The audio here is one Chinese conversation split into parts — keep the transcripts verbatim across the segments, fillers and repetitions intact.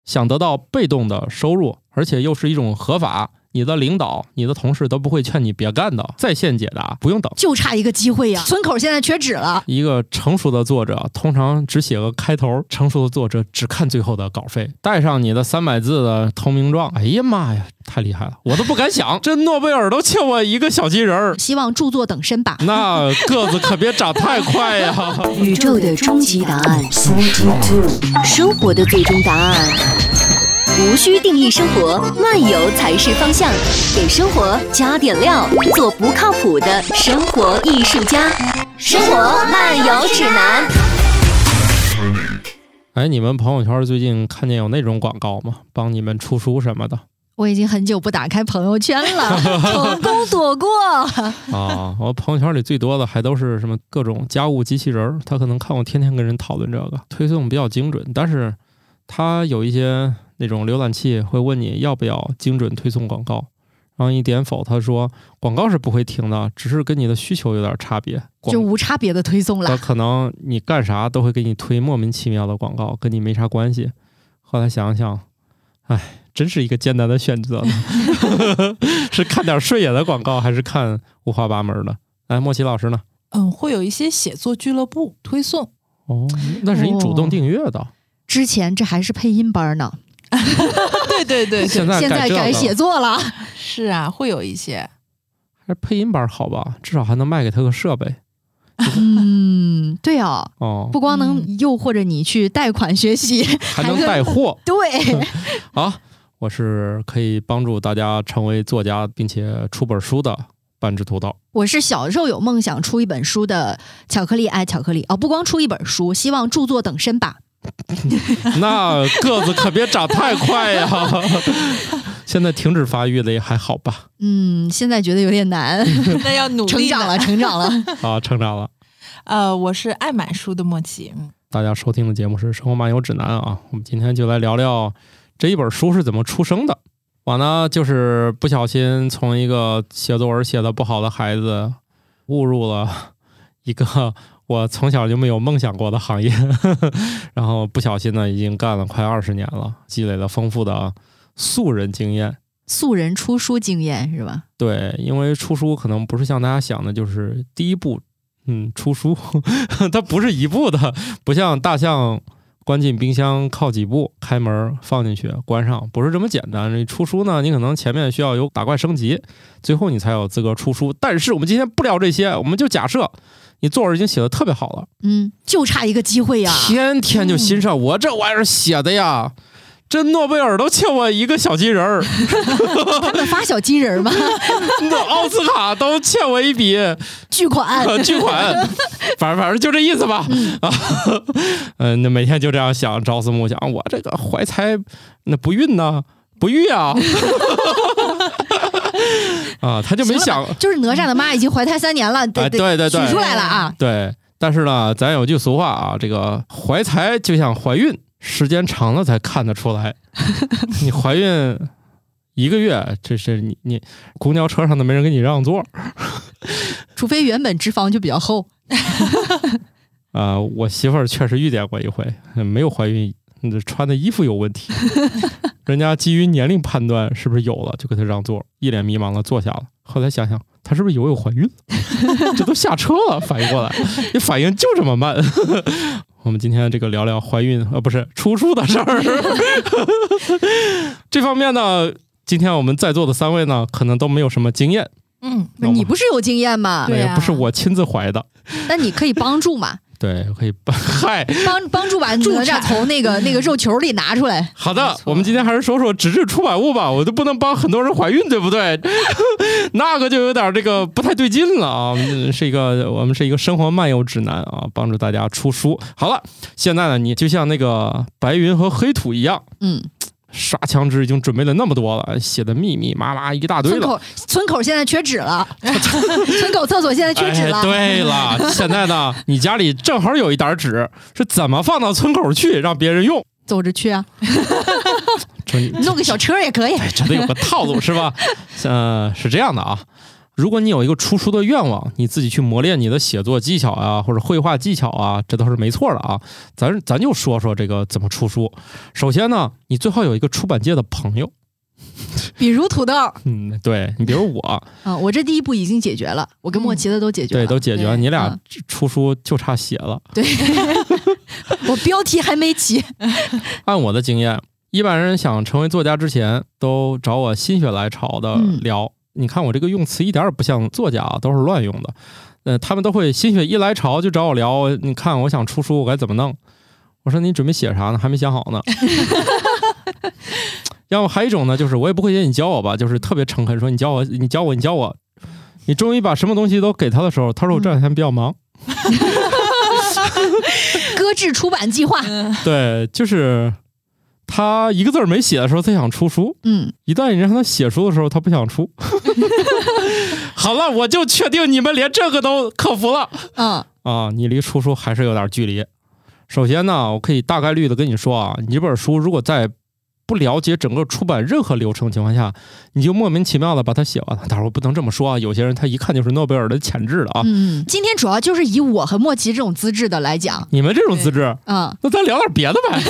想得到被动的收入，而且又是一种合法，你的领导、你的同事都不会劝你别干的。在线解答，不用等， 就差一个机会呀！村口现在缺纸了。 一个成熟的作者通常只写个开头，成熟的作者只看最后的稿费，带上你的三百字的投名状。哎呀妈呀，太厉害了，我都不敢想，这诺贝尔都欠我一个小金人儿。 希望著作等身吧。 那个子可别长太快呀！ 宇宙的终极答案，生活的最终答案。无需定义生活，漫游才是方向。给生活加点料，做不靠谱的生活艺术家。生活漫游指南。 哎，你们朋友圈最近看见有那种广告吗？帮你们出书什么的？ 我已经很久不打开朋友圈了，成功躲过。 啊，我朋友圈里最多的还都是什么各种家务机器人，他可能看我天天跟人讨论这个，推送比较精准，但是他有一些那种浏览器会问你要不要精准推送广告，然后一点否，他说广告是不会停的，只是跟你的需求有点差别， 就无差别的推送了。 可能你干啥都会给你推莫名其妙的广告，跟你没啥关系。后来想想，哎，真是一个艰难的选择呢。是看点顺眼的广告，还是看五花八门的？哎，莫奇老师呢？ 嗯，会有一些写作俱乐部推送。 哦，那是你主动订阅的。哦， 之前这还是配音班呢。 对对对， 现在现在改写作了。 是啊，会有一些。 还是配音班好吧，至少还能卖给他个设备。 嗯，对啊， 哦， 不光能诱惑着你去贷款学习， 还能带货。 对， 啊，我是可以帮助大家成为作家，并且出本书的半只土豆。 我是小时候有梦想出一本书的巧克力爱巧克力哦，不光出一本书，希望著作等身吧。 那个子可别长太快呀！现在停止发育了也还好吧？ 嗯，现在觉得有点难。 那要努力， 成长了，成长了啊，成长了。 呃，我是爱买书的莫奇。 大家收听的节目是《生活漫游指南》啊，我们今天就来聊聊这一本书是怎么出生的。我呢，就是不小心从一个写作文写得不好的孩子，误入了一个我从小就没有梦想过的行业，然后不小心呢，已经干了快二十年了，积累了丰富的素人经验。 素人出书经验是吧？ 对，因为出书可能不是像大家想的，就是第一步，嗯，出书，它不是一步的，不像大象关进冰箱靠几步，开门放进去关上，不是这么简单。你出书呢，你可能前面需要有打怪升级，最后你才有资格出书。但是我们今天不聊这些，我们就假设你作文已经写得特别好了， 嗯，就差一个机会呀， 天天就欣赏、嗯、我这玩意儿写的呀，这诺贝尔都欠我一个小金人儿。 他们发小金人吗？ 那奥斯卡都欠我一笔巨款， 巨款，反正反正就这意思吧。嗯，啊、呃，那每天就这样想，朝思暮想，我这个怀才那不孕呢，不育啊。啊，他就没想， 就是哪吒的妈已经怀胎三年了， 哎，对对对， 取出来了啊。 对，但是呢，咱有句俗话啊，这个怀才就像怀孕，时间长了才看得出来。你怀孕一个月，这是你你公交车上都没人给你让座， 除非原本脂肪就比较厚。 啊、呃，我媳妇儿确实遇见过一回，没有怀孕，穿的衣服有问题。人家基于年龄判断是不是有了，就给他让座，一脸迷茫的坐下了。后来想想，他是不是以为我怀孕了？这都下车了，反应过来，你反应就这么慢。我们今天这个聊聊怀孕，呃，不是出书的事儿。这方面呢，今天我们在座的三位呢，可能都没有什么经验。 嗯，你不是有经验吗？ 对呀、啊，不是我亲自怀的。 但你可以帮助嘛？ 对，可以帮，嗨， 帮帮助把哪吒从那个那个肉球里拿出来。 好的，我们今天还是说说纸质出版物吧，我都不能帮很多人怀孕，对不对？那个就有点这个不太对劲了啊。是一个我们是一个生活漫游指南啊，帮助大家出书。好了，现在呢，你就像那个白云和黑土一样，嗯。刷墙纸已经准备了那么多了，写的密密麻麻一大堆了。 村口村口现在缺纸了，村口厕所现在缺纸了。 哎、对了，现在呢，你家里正好有一沓纸，是怎么放到村口去让别人用？ 走着去啊，弄个小车也可以。 哎，这得有个套路是吧？呃，是这样的啊， 如果你有一个出书的愿望，你自己去磨练你的写作技巧啊，或者绘画技巧啊，这都是没错的啊。咱咱就说说这个怎么出书。首先呢，你最好有一个出版界的朋友， 比如土豆。 嗯，对你比如我， 啊，我这第一步已经解决了，我跟莫奇的都解决了， 对，都解决了。 对你俩嗯出书就差写了。 对，我标题还没起。 按我的经验，一般人想成为作家之前，都找我心血来潮的聊。嗯你看我这个用词一点也不像作家，都是乱用的。呃，他们都会心血一来潮就找我聊。你看我想出书，我该怎么弄？我说你准备写啥呢？还没想好呢。要么还有一种呢，就是我也不会写，你教我吧，就是特别诚恳说你教我，你教我，你教我。你终于把什么东西都给他的时候，他说我这两天比较忙。 搁置出版计划。 对，就是他一个字儿没写的时候，他想出书。 嗯， 一旦你让他写书的时候，他不想出。好了，我就确定你们连这个都克服了。 嗯啊，你离出书还是有点距离。首先呢，我可以大概率的跟你说啊，你这本书如果在不了解整个出版任何流程情况下，你就莫名其妙的把它写完了。当然我不能这么说啊，有些人他一看就是诺贝尔的潜质的啊。 嗯，今天主要就是以我和莫奇这种资质的来讲， 你们这种资质， 嗯， 那咱聊点别的呗。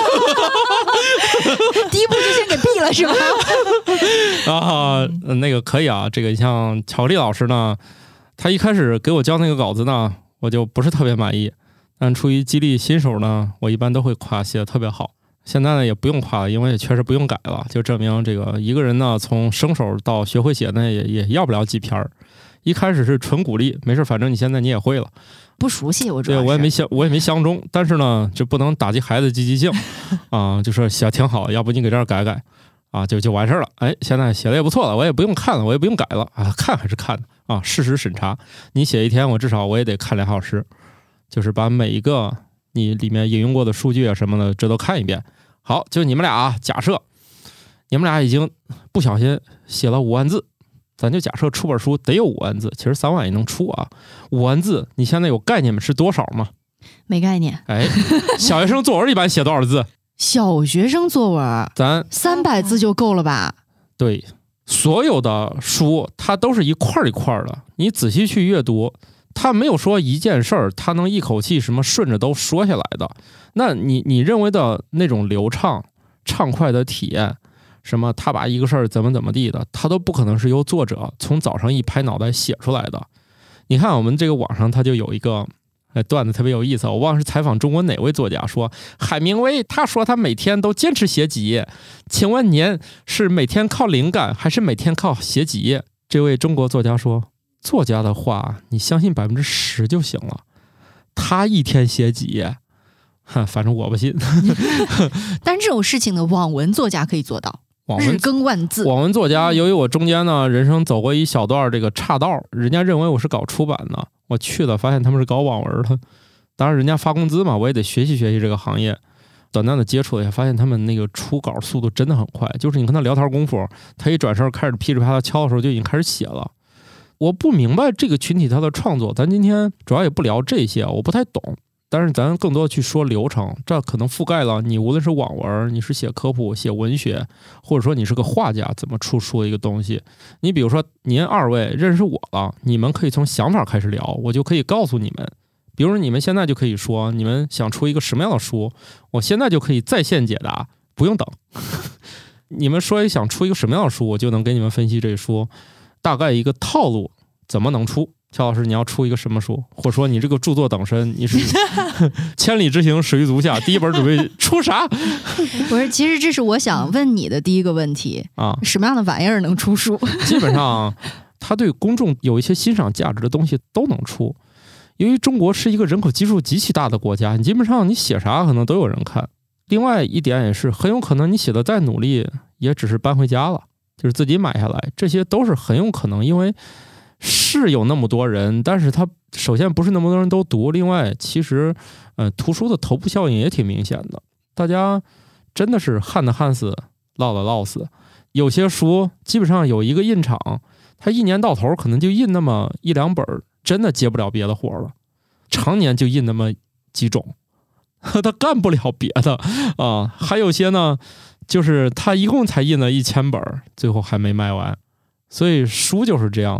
第一步就先给毙了是吧？ 啊，那个可以啊，这个像巧克力老师呢，他一开始给我交那个稿子呢，我就不是特别满意，但出于激励新手呢，我一般都会夸写的特别好。现在呢也不用夸了，因为也确实不用改了，就证明这个一个人呢从生手到学会写呢也也要不了几篇儿。一开始是纯鼓励，没事，反正你现在你也会了。 不熟悉，我主对要是我也没相我也没相中，但是呢就不能打击孩子积极性啊，就说写挺好，要不你给这儿改改啊，就就完事儿了。哎，现在写的也不错了，我也不用看了，我也不用改了啊，看还是看的啊，事实审查。你写一天，我至少我也得看俩小时，就是把每一个你里面引用过的数据啊什么的，这都看一遍。好，就你们俩啊，假设你们俩已经不小心写了五万字，咱就假设出本书得有五万字，其实三万也能出啊。五万字，你现在有概念是多少吗？ 没概念。 哎，小学生作文一般写多少字？ 小学生作文咱三百字就够了吧？ 对，所有的书它都是一块一块的，你仔细去阅读，它没有说一件事儿它能一口气什么顺着都说下来的。那你你认为的那种流畅畅快的体验，什么他把一个事儿怎么怎么地的，他都不可能是由作者从早上一拍脑袋写出来的。你看我们这个网上他就有一个哎段子特别有意思，我忘了是采访中国哪位作家，说海明威他说他每天都坚持写几页，请问您是每天靠灵感还是每天靠写几页？这位中国作家说，作家的话你相信百分之十就行了，他一天写几页，反正我不信。 但这种事情呢，网文作家可以做到， 网文日更万字。 网文作家，由于我中间呢人生走过一小段这个岔道，人家认为我是搞出版的，我去了发现他们是搞网文的。当然人家发工资嘛，我也得学习学习这个行业。短暂的接触了一下，发现他们那个出稿速度真的很快，就是你跟他聊天功夫，他一转身开始噼里啪啦敲的时候就已经开始写了。我不明白这个群体他的创作，咱今天主要也不聊这些，我不太懂。但是咱更多的去说流程，这可能覆盖了你无论是网文，你是写科普、写文学，或者说你是个画家，怎么出书的一个东西。你比如说您二位认识我了，你们可以从想法开始聊，我就可以告诉你们，比如说你们现在就可以说你们想出一个什么样的书，我现在就可以在线解答，不用等。你们说想出一个什么样的书，我就能给你们分析这书大概一个套路怎么能出。乔老师，你要出一个什么书？或者说你这个著作等身，你是千里之行始于足下，第一本准备出啥？ 不是，其实这是我想问你的第一个问题啊， 什么样的玩意儿能出书？ 基本上，他对公众有一些欣赏价值的东西都能出。由于中国是一个人口基数极其大的国家，你基本上你写啥可能都有人看。另外一点也是，很有可能你写的再努力，也只是搬回家了，就是自己买下来，这些都是很有可能，因为是有那么多人，但是他首先不是那么多人都读，另外其实呃图书的头部效应也挺明显的，大家真的是旱的旱死，涝的涝死。有些书基本上有一个印厂，他一年到头可能就印那么一两本，真的接不了别的活了，常年就印那么几种，他干不了别的啊。还有些呢，就是他一共才印了一千本，最后还没卖完。所以书就是这样，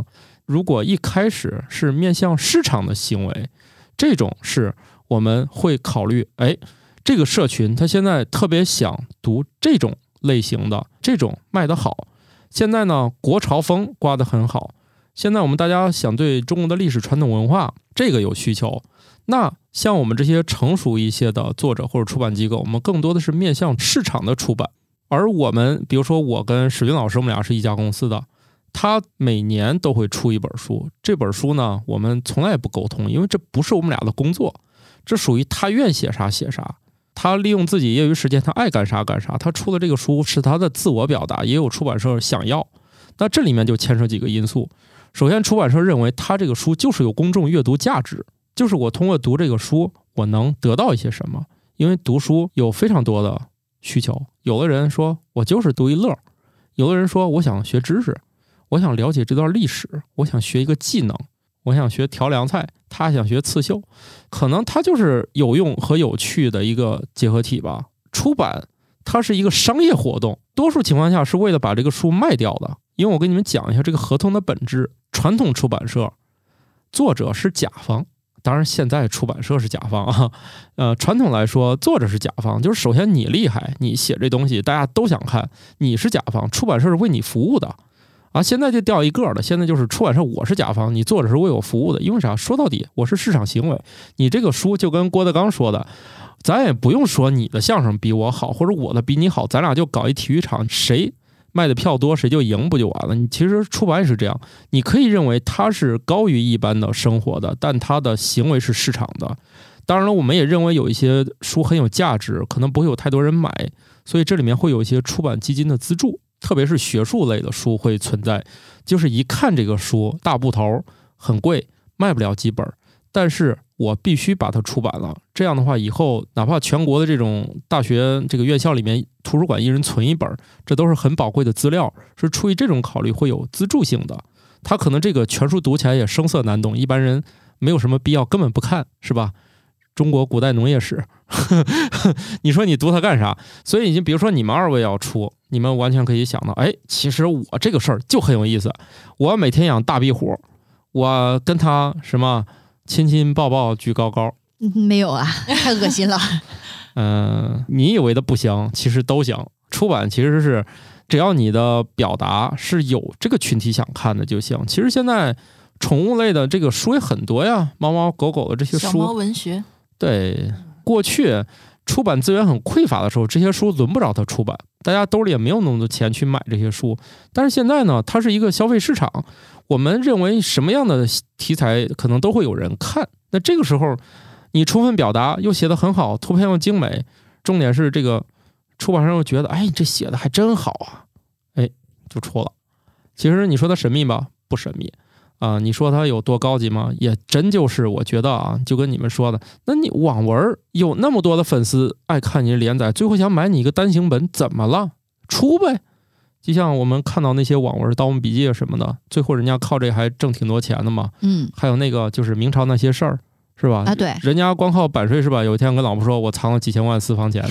如果一开始是面向市场的行为，这种是我们会考虑，哎，这个社群他现在特别想读这种类型的，这种卖得好。现在呢，国潮风刮得很好，现在我们大家想对中国的历史传统文化这个有需求，那像我们这些成熟一些的作者或者出版机构，我们更多的是面向市场的出版。而我们比如说我跟史军老师，我们俩是一家公司的，他每年都会出一本书，这本书呢我们从来也不沟通，因为这不是我们俩的工作，这属于他愿写啥写啥，他利用自己业余时间他爱干啥干啥，他出的这个书是他的自我表达，也有出版社想要。那这里面就牵扯几个因素，首先出版社认为他这个书就是有公众阅读价值，就是我通过读这个书我能得到一些什么，因为读书有非常多的需求，有的人说我就是读一乐，有的人说我想学知识，我想了解这段历史，我想学一个技能，我想学调凉菜，他想学刺绣，可能它就是有用和有趣的一个结合体吧。出版它是一个商业活动，多数情况下是为了把这个书卖掉的。因为我跟你们讲一下这个合同的本质，传统出版社作者是甲方，当然现在出版社是甲方啊。呃，传统来说作者是甲方，就是首先你厉害，你写这东西大家都想看，你是甲方，出版社是为你服务的啊。现在就掉一个了，现在就是出版社我是甲方，你作者是为我服务的。因为啥？说到底我是市场行为，你这个书就跟郭德纲说的，咱也不用说你的相声比我好，或者我的比你好，咱俩就搞一体育场，谁卖的票多谁就赢不就完了。你其实出版也是这样，你可以认为它是高于一般的生活的，但它的行为是市场的。当然了，我们也认为有一些书很有价值，可能不会有太多人买，所以这里面会有一些出版基金的资助，特别是学术类的书会存在，就是一看这个书大部头很贵，卖不了几本，但是我必须把它出版了。这样的话，以后哪怕全国的这种大学这个院校里面图书馆一人存一本，这都是很宝贵的资料，是出于这种考虑会有资助性的。他可能这个全书读起来也生涩难懂，一般人没有什么必要，根本不看，是吧？中国古代农业史你说你读它干啥？所以你比如说你们二位要出，你们完全可以想到，哎，其实我这个事儿就很有意思，我每天养大壁虎，我跟他什么亲亲抱抱举高高。 没有啊，太恶心了嗯、呃，你以为的不行其实都行。出版其实是只要你的表达是有这个群体想看的就行。其实现在宠物类的这个书也很多呀，猫猫狗狗的这些书， 小猫文学。 对，过去出版资源很匮乏的时候，这些书轮不着它出版，大家兜里也没有那么多钱去买这些书。但是现在呢，它是一个消费市场，我们认为什么样的题材可能都会有人看。那这个时候你充分表达又写得很好，图片又精美，重点是这个出版社又觉得，哎，这写的还真好啊，哎，就出了。其实你说它神秘吧，不神秘啊、呃，你说它有多高级吗？也真就是我觉得啊，就跟你们说的，那你网文有那么多的粉丝爱看你的连载，最后想买你一个单行本，怎么了？出呗。就像我们看到那些网文《盗墓笔记》什么的，最后人家靠这还挣挺多钱的嘛。 嗯， 还有那个就是明朝那些事儿，是吧？ 啊，对， 人家光靠版税是吧？有一天跟老婆说，我藏了几千万私房钱。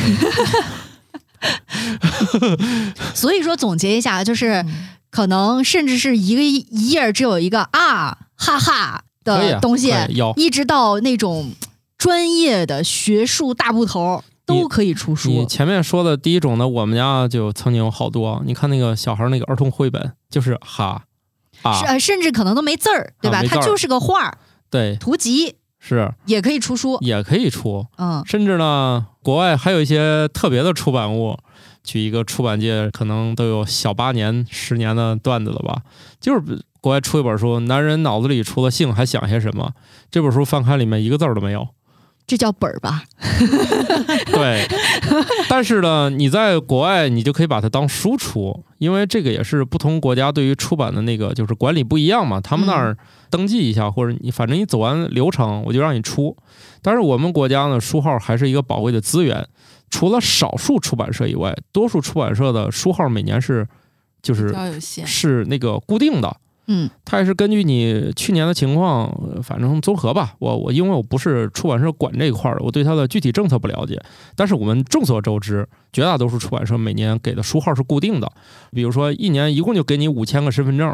所以说总结一下，就是可能甚至是一个一页只有一个啊哈哈的东西，一直到那种专业的学术大部头都可以出书。 你前面说的第一种呢，我们家就曾经有好多，你看那个小孩那个儿童绘本，就是哈啊， 是甚至可能都没字儿，对吧？啊、它就是个画， 对， 图集。 是也可以出书， 也可以出， 嗯， 甚至呢，国外还有一些特别的出版物，举一个出版界可能都有小八年、十年的段子了吧？就是国外出一本书，男人脑子里除了性还想些什么？这本书翻开里面一个字都没有， 这叫本儿吧？ 对，但是呢，你在国外你就可以把它当书出，因为这个也是不同国家对于出版的那个就是管理不一样嘛，他们那儿。登记一下，或者你反正你走完流程我就让你出。但是我们国家呢，书号还是一个宝贵的资源，除了少数出版社以外，多数出版社的书号每年是就是是那个固定的， 嗯， 它也是根据你去年的情况，反正综合吧。我我因为我不是出版社管这一块的，我对它的具体政策不了解。但是我们众所周知，绝大多数出版社每年给的书号是固定的，比如说一年一共就给你五千个身份证。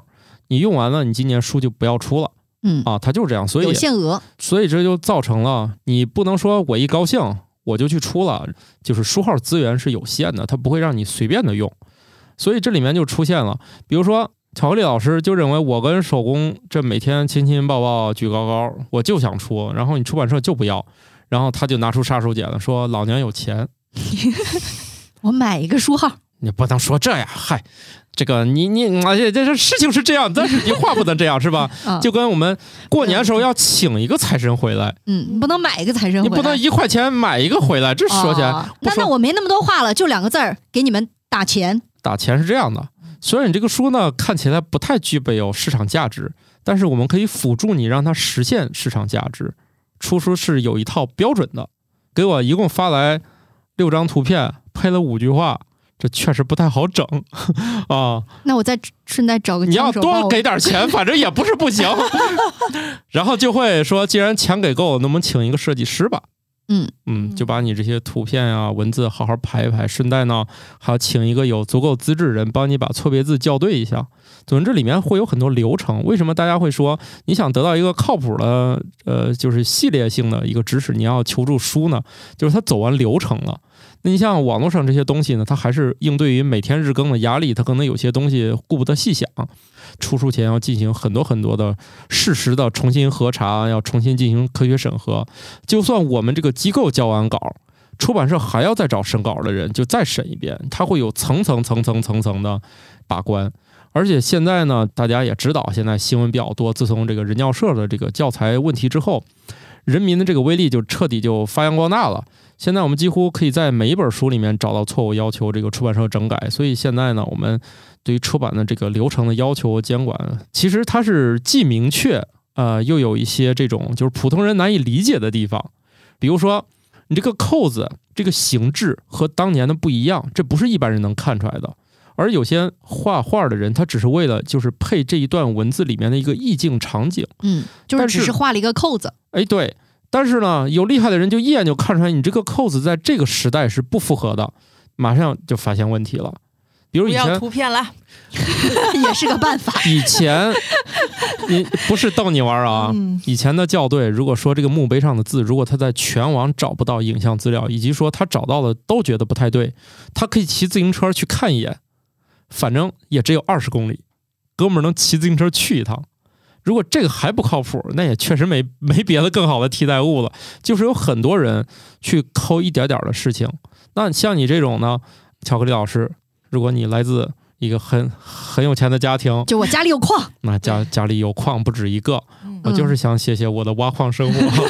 你用完了，你今年书就不要出了。 嗯啊，它就是这样，所以有限额， 所以这就造成了你不能说我一高兴我就去出了，就是书号资源是有限的，它不会让你随便的用，所以这里面就出现了，比如说巧克力老师就认为我跟手工这每天亲亲抱抱举高高，我就想出，然后你出版社就不要，然后他就拿出杀手锏了，说老娘有钱， 我买一个书号， 你不能说这呀，嗨。这个你你而且这事情是这样，但是你话不能这样是吧？ 嗯、 就跟我们过年的时候要请一个财神回来， 嗯，不能买一个财神回来， 你不能一块钱买一个回来，这说起来， 哦、那那我没那么多话了，就两个字儿，给你们打钱。 打钱是这样的，虽然你这个书呢看起来不太具备有市场价值，但是我们可以辅助你让它实现市场价值。出书是有一套标准的，给我一共发来六张图片，配了五句话。这确实不太好整啊！ 那我再顺带找个你要多给点钱，反正也不是不行。然后就会说，既然钱给够了，能不能请一个设计师吧？ 嗯嗯，就把你这些图片啊、文字好好排一排，顺带呢还要请一个有足够资质的人帮你把错别字校对一下。总之，这里面会有很多流程。为什么大家会说你想得到一个靠谱的呃，就是系列性的一个知识，你要求助书呢？就是它走完流程了。那你像网络上这些东西呢，它还是应对于每天日更的压力，它可能有些东西顾不得细想。出书前要进行很多很多的事实的重新核查，要重新进行科学审核。就算我们这个机构交完稿，出版社还要再找审稿的人，就再审一遍，它会有层层层层层层的把关。而且现在呢，大家也知道，现在新闻比较多。自从这个人教社的这个教材问题之后，人民的这个威力就彻底就发扬光大了。现在我们几乎可以在每一本书里面找到错误，要求这个出版社整改。所以现在呢，我们对于出版的这个流程的要求监管，其实它是既明确，呃，又有一些这种就是普通人难以理解的地方。比如说，你这个扣子这个形制和当年的不一样，这不是一般人能看出来的。而有些画画的人，他只是为了就是配这一段文字里面的一个意境场景， 嗯，就是只是画了一个扣子。 哎，对。但是呢，有厉害的人就一眼就看出来，你这个扣子在这个时代是不符合的，马上就发现问题了。比如以前不要图片了， 也是个办法。 以前你不是逗你玩啊，嗯、以前的校对，如果说这个墓碑上的字，如果他在全网找不到影像资料，以及说他找到了都觉得不太对，他可以骑自行车去看一眼，反正也只有二十公里，哥们儿能骑自行车去一趟。如果这个还不靠谱，那也确实没没别的更好的替代物了。就是有很多人去抠一点点的事情。那像你这种呢，巧克力老师，如果你来自一个很很有钱的家庭， 就我家里有矿， 那家家里有矿不止一个，嗯、我就是想写写我的挖矿生活。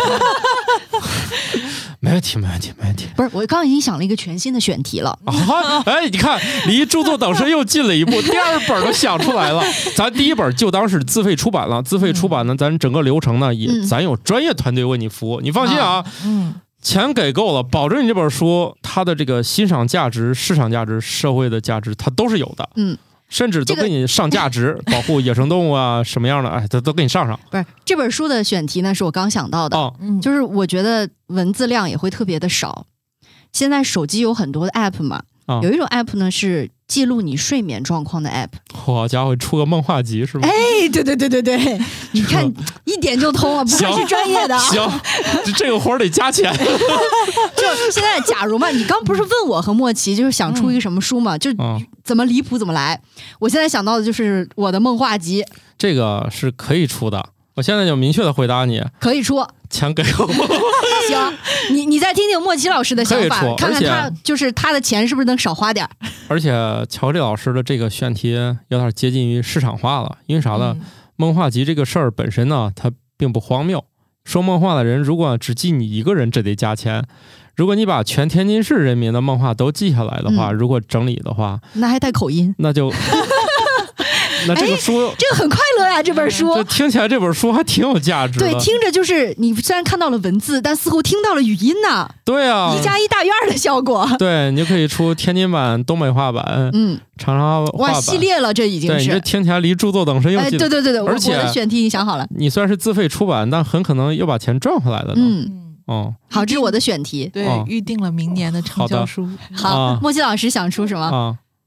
没问题，没问题，没问题。 不是，我刚刚已经想了一个全新的选题了。 啊，哎，你看，离著作等身又近了一步，第二本都想出来了。咱第一本就当是自费出版了，自费出版呢，咱整个流程呢也，嗯、咱有专业团队为你服务，你放心啊。 嗯， 钱给够了，保证你这本书它的这个欣赏价值、市场价值、社会的价值，它都是有的。 嗯。 甚至都给你上价值，这个、保护野生动物啊，什么样的，哎，都都给你上上。 不是这本书的选题呢，是我刚想到的，哦、就是我觉得文字量也会特别的少。现在手机有很多的 app 嘛，哦、有一种 app 呢是记录你睡眠状况的 app。 好家伙，出个梦话集是吗？ 哎，对对对对对，你看一点就通了，不愧是专业的。 行，这个活儿得加钱。 就现在，假如嘛，你刚不是问我和莫奇，就是想出一个什么书嘛，嗯、就怎么离谱怎么来。我现在想到的就是我的梦话集， 这个是可以出的。我现在就明确的回答你， 可以出， 钱给我。 行，你你再听听莫奇老师的想法，看看他就是他的钱是不是能少花点。 而且巧克力老师的这个选题有点接近于市场化了，因为啥呢？嗯、梦话集这个事儿本身呢，它并不荒谬。说梦话的人如果只记你一个人，这得加钱。如果你把全天津市人民的梦话都记下来的话，嗯、如果整理的话， 那还带口音， 那就。那这个书、 哎，这个很快乐呀、啊！这本书， 这听起来这本书还挺有价值的。 对，听着就是你虽然看到了文字，但似乎听到了语音呢。 对啊， 一加一大于二的效果。 对，你就可以出天津版、东北话版，嗯，长沙话版。 哇，系列了，这已经是。 对，你这听起来离著作等身又近。哎， 对对对对， 而且我的选题已经想好了。 你虽然是自费出版，但很可能又把钱赚回来了呢。 嗯。 哦， 好，这是我的选题。 对，哦、预定了明年的畅销书。 好，好、啊，莫奇老师想出什么？ 啊，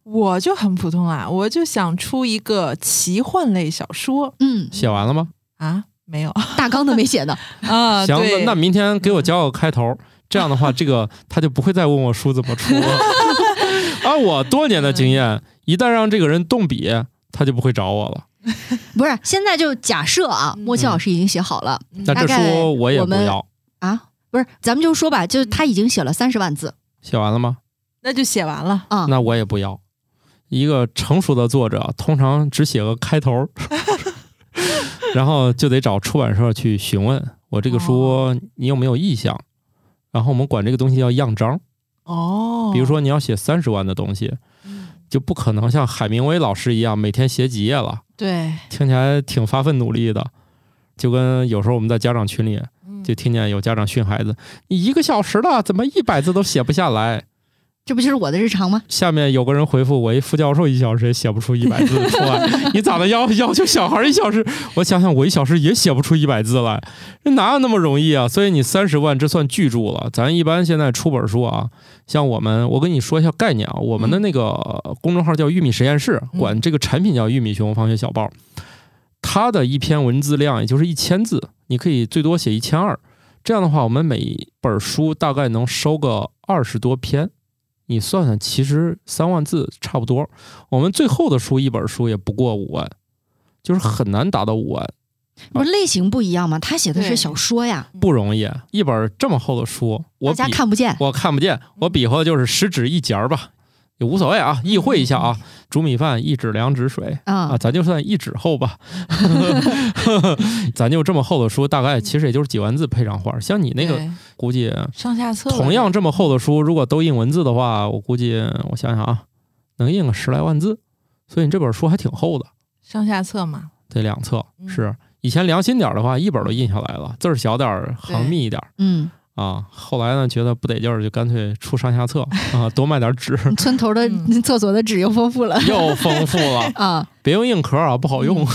我就很普通啊，我就想出一个奇幻类小说。 嗯， 写完了吗？ 啊，没有， 大纲都没写呢。 啊， 行，那那明天给我教个开头，这样的话，这个他就不会再问我书怎么出了。按我多年的经验，一旦让这个人动笔，他就不会找我了。 不是，现在就假设啊，莫奇老师已经写好了， 那这书我也不要啊。不是，咱们就说吧，就是他已经写了三十万字， 写完了吗？ 那就写完了啊、 嗯。那我也不要。一个成熟的作者通常只写个开头，然后就得找出版社去询问我这个书你有没有意向，然后我们管这个东西叫样章。 哦， 比如说你要写三十万的东西，就不可能像海明威老师一样每天写几页了。 对， 听起来挺发奋努力的。就跟有时候我们在家长群里就听见有家长训孩子，你一个小时了怎么一百字都写不下来， 这不就是我的日常吗？ 下面有个人回复我，一副教授一小时也写不出一百字出来，你咋的要要求小孩一小时？我想想我一小时也写不出一百字来，这哪有那么容易啊？所以你三十万这算巨著了。咱一般现在出本书啊，像我们我跟你说一下概念啊，我们的那个公众号叫玉米实验室，管这个产品叫玉米熊方学小报，它的一篇文字量也就是一千字，你可以最多写一千二，这样的话我们每本书大概能收个二十多篇，你算算其实三万字差不多。我们最后的书一本书也不过五万，就是很难达到五万。 不是类型不一样吗？他写的是小说呀， 不容易。一本这么厚的书我大家看不见， 我看不见，我比划就是十指一节吧，也无所谓啊，意会一下啊。煮米饭一指两指水、嗯、啊，咱就算一指厚吧。咱就这么厚的书，大概其实也就是几万字配上画。像你那个估计上下册同样这么厚的书，如果都印文字的话，我估计我想想啊，能印个十来万字。所以你这本书还挺厚的， 上下册嘛， 对，两册、嗯、是。以前良心点的话，一本都印下来了，字儿小点，行密一点。 嗯啊，后来呢，觉得不得劲儿，就干脆出上下册啊，多卖点纸。 村头的厕所的纸又丰富了， 又丰富了啊！ 别用硬壳啊，不好用。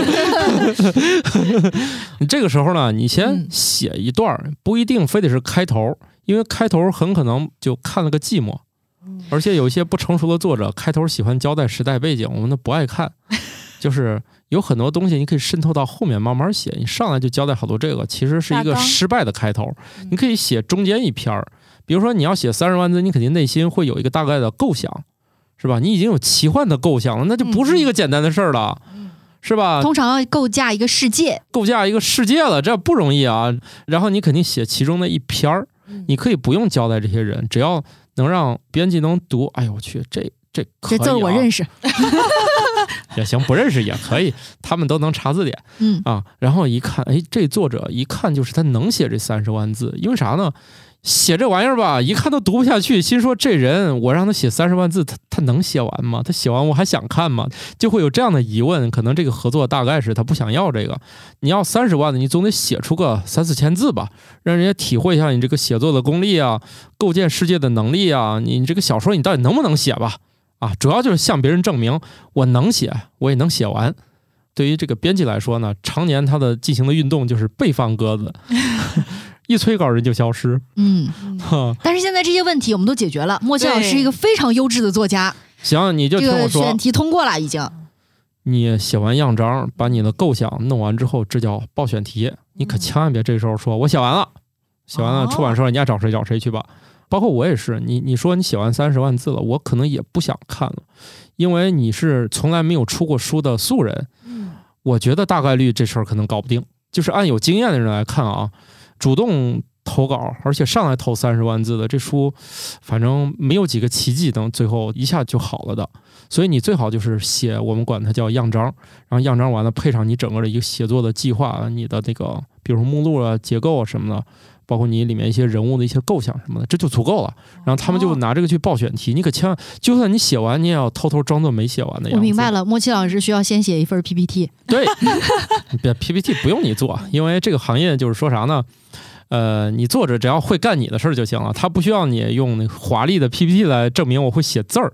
你这个时候呢，你先写一段，不一定非得是开头，因为开头很可能就看了个寂寞。而且有一些不成熟的作者，开头喜欢交代时代背景，我们都不爱看。就是有很多东西你可以渗透到后面慢慢写，你上来就交代好多这个，其实是一个失败的开头。你可以写中间一篇，比如说你要写三十万字，你肯定内心会有一个大概的构想，是吧？你已经有奇幻的构想了，那就不是一个简单的事儿了，是吧？ 通常要构架一个世界， 构架一个世界了，这不容易啊。然后你肯定写其中的一篇，你可以不用交代这些人，只要能让编辑能读，哎呦我去，这这可以、啊、 这字我认识。 也行，不认识也可以，他们都能查字典， 嗯啊，然后一看，哎，这作者一看就是他能写这三十万字，因为啥呢？写这玩意儿吧，一看都读不下去，心说这人我让他写三十万字，他他能写完吗？他写完我还想看吗？就会有这样的疑问。可能这个合作大概是他不想要这个，你要三十万的，你总得写出个三四千字吧，让人家体会一下你这个写作的功力啊，构建世界的能力啊，你这个小说你到底能不能写吧？啊，主要就是向别人证明我能写，我也能写完。对于这个编辑来说呢，常年他的进行的运动就是背放鸽子，一催稿人就消失。 嗯，但是现在这些问题我们都解决了。莫奇老师是一个非常优质的作家。 行，你就听我说， 这个选题通过了已经。 你写完样章，把你的构想弄完之后，这叫报选题。你可千万别这时候说我写完了，写完了出版社你爱找谁找谁去吧。包括我也是，你你说你写完三十万字了，我可能也不想看了，因为你是从来没有出过书的素人，我觉得大概率这事儿可能搞不定。就是按有经验的人来看啊，主动投稿而且上来投三十万字的这书，反正没有几个奇迹能最后一下就好了的。所以你最好就是写，我们管它叫样章，然后样章完了配上你整个的一个写作的计划，你的那个比如说目录啊、结构啊什么的。包括你里面一些人物的一些构想什么的，这就足够了。然后他们就拿这个去报选题，你可千万，就算你写完，你也要偷偷装作没写完的样子。 我明白了，莫奇老师需要先写一份 P P T。 对，别 P P T 不用你做，因为这个行业就是说啥呢？呃，你作者只要会干你的事儿就行了，他不需要你用那华丽的 P P T 来证明我会写字儿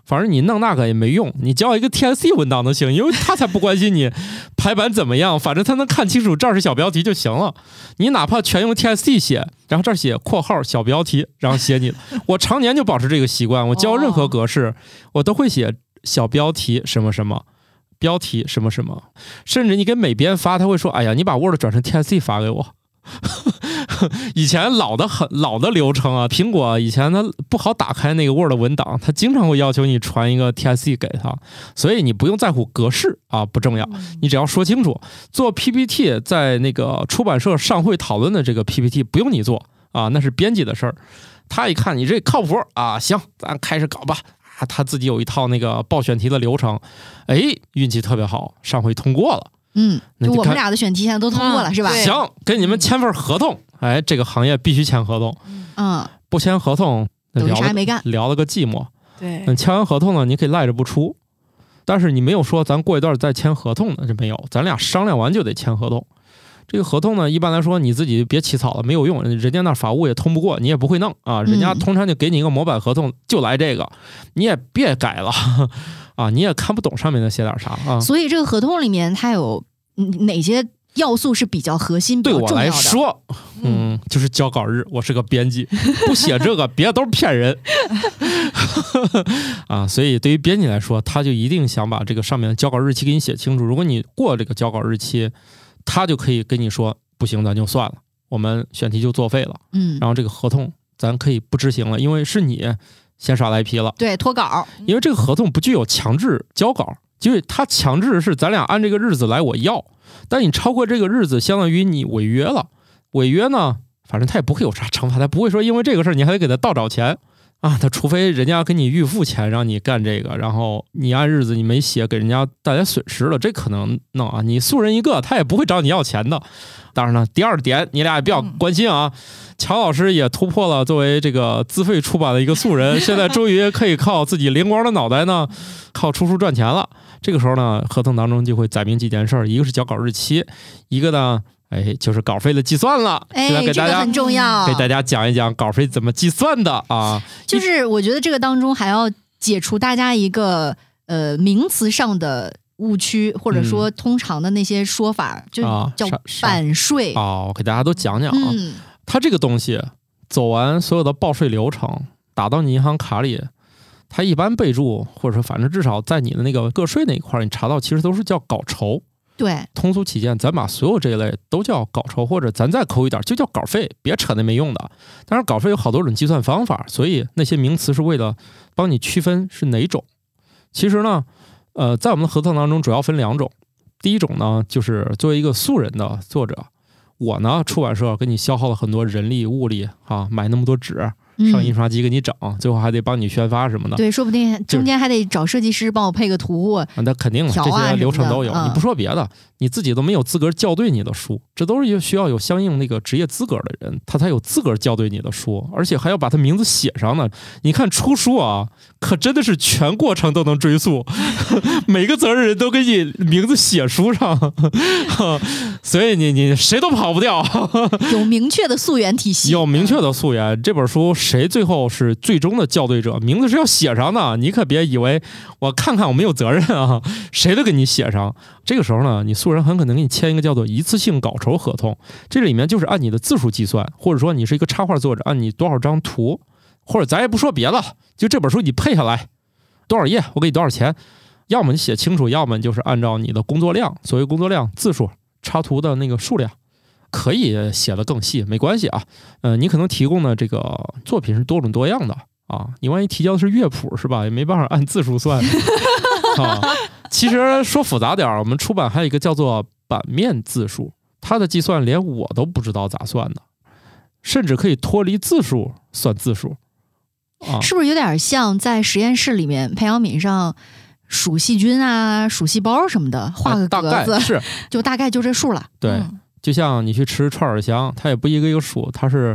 反正你弄那个也没用，你交一个 T S C 文档就行，因为他才不关心你排版怎么样，反正他能看清楚这儿是小标题就行了。你哪怕全用 T S C 写，然后这儿写括号小标题，然后写你，我常年就保持这个习惯，我交任何格式，我都会写小标题什么什么，标题什么什么，甚至你给美编发，他会说：“哎呀，你把 Word 转成 T S C 发给我。”以前老的很老的流程啊，苹果以前它不好打开那个 Word 文档，它经常会要求你传一个 T S C 给他，所以你不用在乎格式啊，不重要，你只要说清楚。做 P P T 在那个出版社上会讨论的这个 P P T 不用你做啊，那是编辑的事儿。他一看你这靠谱啊，行，咱开始搞吧。啊，他自己有一套那个报选题的流程，哎，运气特别好，上会通过了。 嗯，就我们俩的选题现在都通过了，嗯、是吧？ 行，给你们签份合同。哎，这个行业必须签合同。 嗯， 不签合同， 等于啥也没干， 聊了个寂寞。 对， 嗯，签完合同呢，你可以赖着不出，但是你没有说咱过一段再签合同呢，这没有，咱俩商量完就得签合同。这个合同呢，一般来说你自己别起草了，没有用，人家那法务也通不过，你也不会弄啊。人家通常就给你一个模板合同，就来这个，你也别改了啊，你也看不懂上面的写点啥啊。 所以这个合同里面它有哪些要素是比较核心、比较重要的？ 对我来说，嗯，就是交稿日，我是个编辑，不写这个，别的都是骗人啊。所以对于编辑来说，他就一定想把这个上面的交稿日期给你写清楚。如果你过这个交稿日期，他就可以跟你说不行，咱就算了，我们选题就作废了。嗯，然后这个合同咱可以不执行了，因为是你先耍赖皮了。 对，脱稿。 因为这个合同不具有强制交稿，因为他强制是咱俩按这个日子来我要，但你超过这个日子，相当于你违约了。违约呢，反正他也不会有啥惩罚，他不会说因为这个事儿你还得给他倒找钱啊，他除非人家给你预付钱让你干这个，然后你按日子你没写，给人家带来损失了，这可能弄啊。你素人一个，他也不会找你要钱的。当然了，第二点你俩也比较关心啊，乔老师也突破了作为这个自费出版的一个素人，现在终于可以靠自己灵光的脑袋呢，靠出书赚钱了。这个时候呢，合同当中就会载明几件事，一个是交稿日期，一个呢，哎，就是稿费的计算了。 哎， 给大家、 这个很重要， 给大家讲一讲稿费怎么计算的啊。 就是我觉得这个当中还要解除大家一个呃名词上的误区，或者说通常的那些说法，嗯、就叫版税。 哦，我给大家都讲讲啊。嗯，它这个东西走完所有的报税流程，打到你银行卡里。它一般备注，或者说反正至少在你的那个个税那一块，你查到其实都是叫稿酬。 对， 通俗起见，咱把所有这一类都叫稿酬，或者咱再抠一点就叫稿费，别扯那没用的。当然，稿费有好多种计算方法，所以那些名词是为了帮你区分是哪种。其实呢，呃，在我们的合同当中主要分两种。第一种呢，就是作为一个素人的作者，我呢出版社给你消耗了很多人力物力啊，买那么多纸。上印刷机给你整，最后还得帮你宣发什么的。 对，说不定中间还得找设计师帮我配个图。 啊，那肯定了，这些流程都有。 嗯、 你不说别的，你自己都没有资格校对你的书，这都是需要有相应那个职业资格的人，他才有资格校对你的书，而且还要把他名字写上呢。你看出书啊，可真的是全过程都能追溯，每个责任人都给你名字写书上，所以你你谁都跑不掉。 有明确的溯源体系， 有明确的溯源。这本书谁最后是最终的校对者，名字是要写上的，你可别以为我看看我没有责任啊，谁都给你写上。这个时候呢，你素人很可能给你签一个叫做一次性稿酬合同，这里面就是按你的字数计算，或者说你是一个插画作者，按你多少张图，或者咱也不说别的，就这本书你配下来多少页，我给你多少钱，要么你写清楚，要么就是按照你的工作量，所谓工作量、字数、插图的那个数量。可以写得更细，没关系啊。呃，你可能提供的这个作品是多种多样的啊。你万一提交的是乐谱是吧，也没办法按字数算啊。其实说复杂点，我们出版还有一个叫做版面字数，它的计算连我都不知道咋算的，甚至可以脱离字数算字数啊。 是不是有点像在实验室里面培养皿上数细菌啊、数细胞什么的，画个格子， 啊、大概是就大概就这数了。 对。嗯，就像你去吃串儿香，它也不一个一个数，它是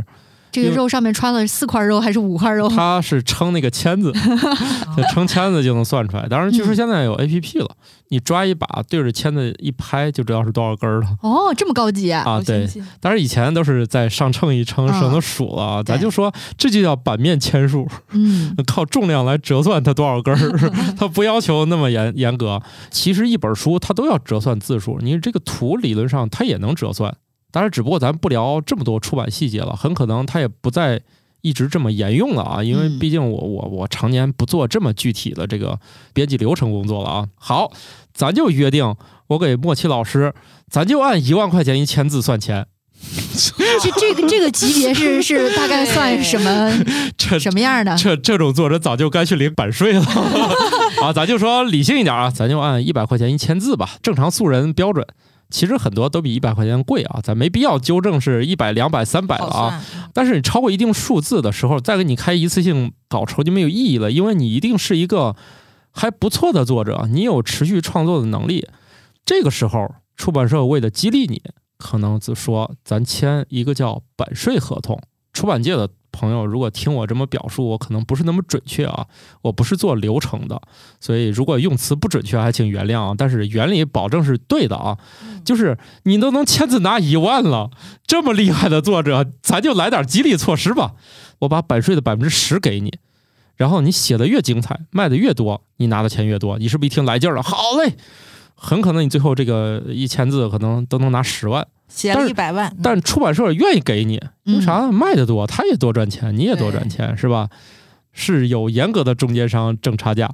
这个肉上面穿了四块肉还是五块肉？ 它是称那个签子，称签子就能算出来。当然，据说现在有 A P P 了，嗯、你抓一把对着签子一拍，就知道是多少根了。 哦，这么高级啊！ 啊，对。当然以前都是在上秤一称，省得数了。啊、咱就说这就叫板面签数， 嗯， 靠重量来折算它多少根儿，它不要求那么严严格。其实一本书它都要折算字数，你这个图理论上它也能折算。当然，只不过咱不聊这么多出版细节了，很可能它也不再一直这么沿用了啊，因为毕竟我我我常年不做这么具体的这个编辑流程工作了啊。好，咱就约定，我给莫奇老师，咱就按一万块钱一千字算钱。 这这个这个级别是是大概算什么什么样的？ 这这种作者早就该去领版税了啊！咱就说理性一点啊，咱就按一百块钱一千字吧，正常素人标准。其实很多都比一百块钱贵啊，咱没必要纠正是一百、两百、三百了啊。但是你超过一定数字的时候，再给你开一次性稿酬就没有意义了，因为你一定是一个还不错的作者，你有持续创作的能力。这个时候，出版社为了激励你，可能就说咱签一个叫版税合同。出版界的朋友如果听我这么表述，我可能不是那么准确啊，我不是做流程的，所以如果用词不准确还请原谅啊，但是原理保证是对的啊。就是你都能签字拿一万了，这么厉害的作者，咱就来点激励措施吧。我把版税的百分之十给你，然后你写的越精彩，卖的越多，你拿的钱越多，你是不是一听来劲了？好嘞，很可能你最后这个一千字可能都能拿十万。 写了一百万， 但是出版社愿意给你，为啥？卖的多，他也多赚钱，你也多赚钱，是吧？是有严格的中间商挣差价。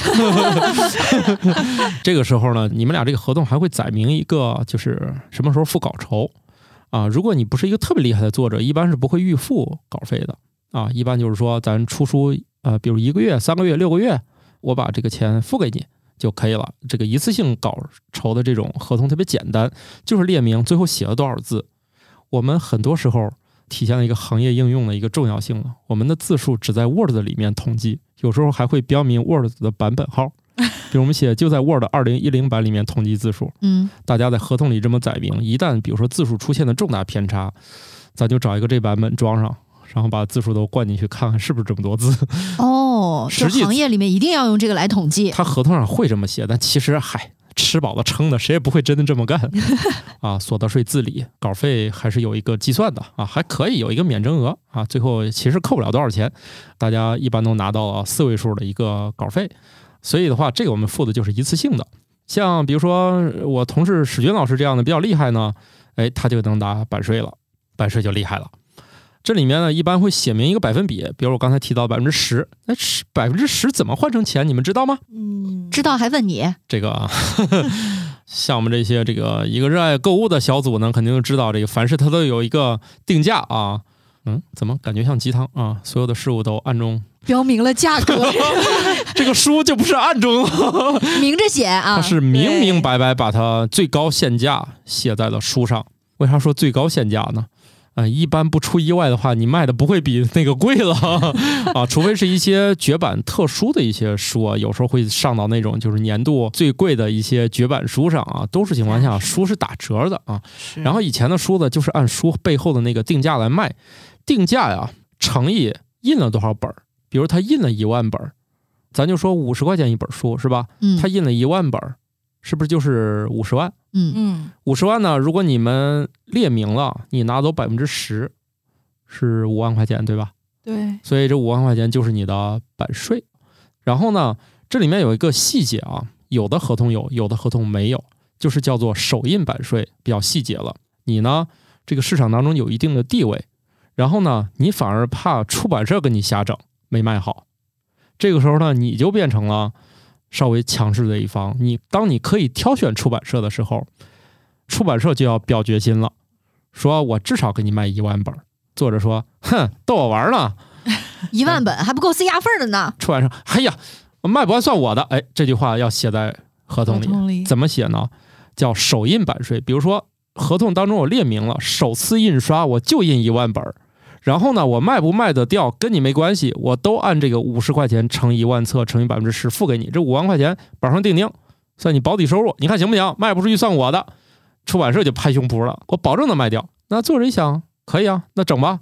这个时候呢，你们俩这个合同还会载明一个，就是什么时候付稿酬啊？如果你不是一个特别厉害的作者，一般是不会预付稿费的啊。一般就是说，咱出书呃，比如一个月、三个月、六个月，我把这个钱付给你就可以了。这个一次性稿酬的这种合同特别简单，就是列明最后写了多少字。我们很多时候体现了一个行业应用的一个重要性了。我们的字数只在 Word 里面统计，有时候还会标明 Word 的版本号。比如我们写就在 Word 二零一零版里面统计字数， 嗯， 大家在合同里这么载明，一旦比如说字数出现了重大偏差，咱就找一个这版本装上，然后把字数都灌进去，看看是不是这么多字。 哦，实际行业里面一定要用这个来统计。 他合同上会这么写，但其实嗨，吃饱了撑的，谁也不会真的这么干啊。所得税自理，稿费还是有一个计算的啊，还可以有一个免征额啊，最后其实扣不了多少钱，大家一般都拿到了四位数的一个稿费。所以的话，这个我们付的就是一次性的。像比如说我同事史军老师这样的比较厉害呢，哎，他就能拿版税了，版税就厉害了。这里面呢，一般会写明一个百分比，比如我刚才提到百分之十，那百分之十怎么换成钱？你们知道吗？ 嗯，知道还问你这个啊。像我们这些这个一个热爱购物的小组呢，肯定就知道这个凡事它都有一个定价啊。嗯，怎么感觉像鸡汤啊？所有的事物都暗中标明了价格。 这个书就不是暗中明着写啊， 它是明明白白把它最高限价写在了书上。为啥说最高限价呢？呃，一般不出意外的话，你卖的不会比那个贵了啊，除非是一些绝版特殊的一些书啊，有时候会上到那种就是年度最贵的一些绝版书上啊，都是情况下书是打折的啊。然后以前的书呢，就是按书背后的那个定价来卖，定价呀乘以印了多少本，比如他印了一万本，咱就说五十块钱一本书是吧？ 嗯， 他印了一万本，是不是就是五十万？ 嗯嗯， 五十万呢？如果你们列明了，你拿走百分之十，是五万块钱，对吧？ 对。 所以这五万块钱就是你的版税。然后呢，这里面有一个细节啊，有的合同有，有的合同没有，就是叫做首印版税，比较细节了。你呢，这个市场当中有一定的地位，然后呢，你反而怕出版社跟你瞎整，没卖好。这个时候呢，你就变成了稍微强势的一方。你当你可以挑选出版社的时候，出版社就要表决心了，说我至少给你卖一万本。作者说，哼，逗我玩呢， 一万本还不够塞牙缝的呢。 出版社，哎呀，卖不完算我的。哎，这句话要写在合同里，合同里怎么写呢？叫首印版税。比如说合同当中我列明了，首次印刷我就印一万本，然后呢，我卖不卖得掉跟你没关系，我都按这个五十块钱乘一万册乘以百分之十付给你，这五万块钱板上钉钉，算你保底收入，你看行不行？卖不出去算我的。出版社就拍胸脯了，我保证能卖掉。那作者一想，可以啊，那整吧。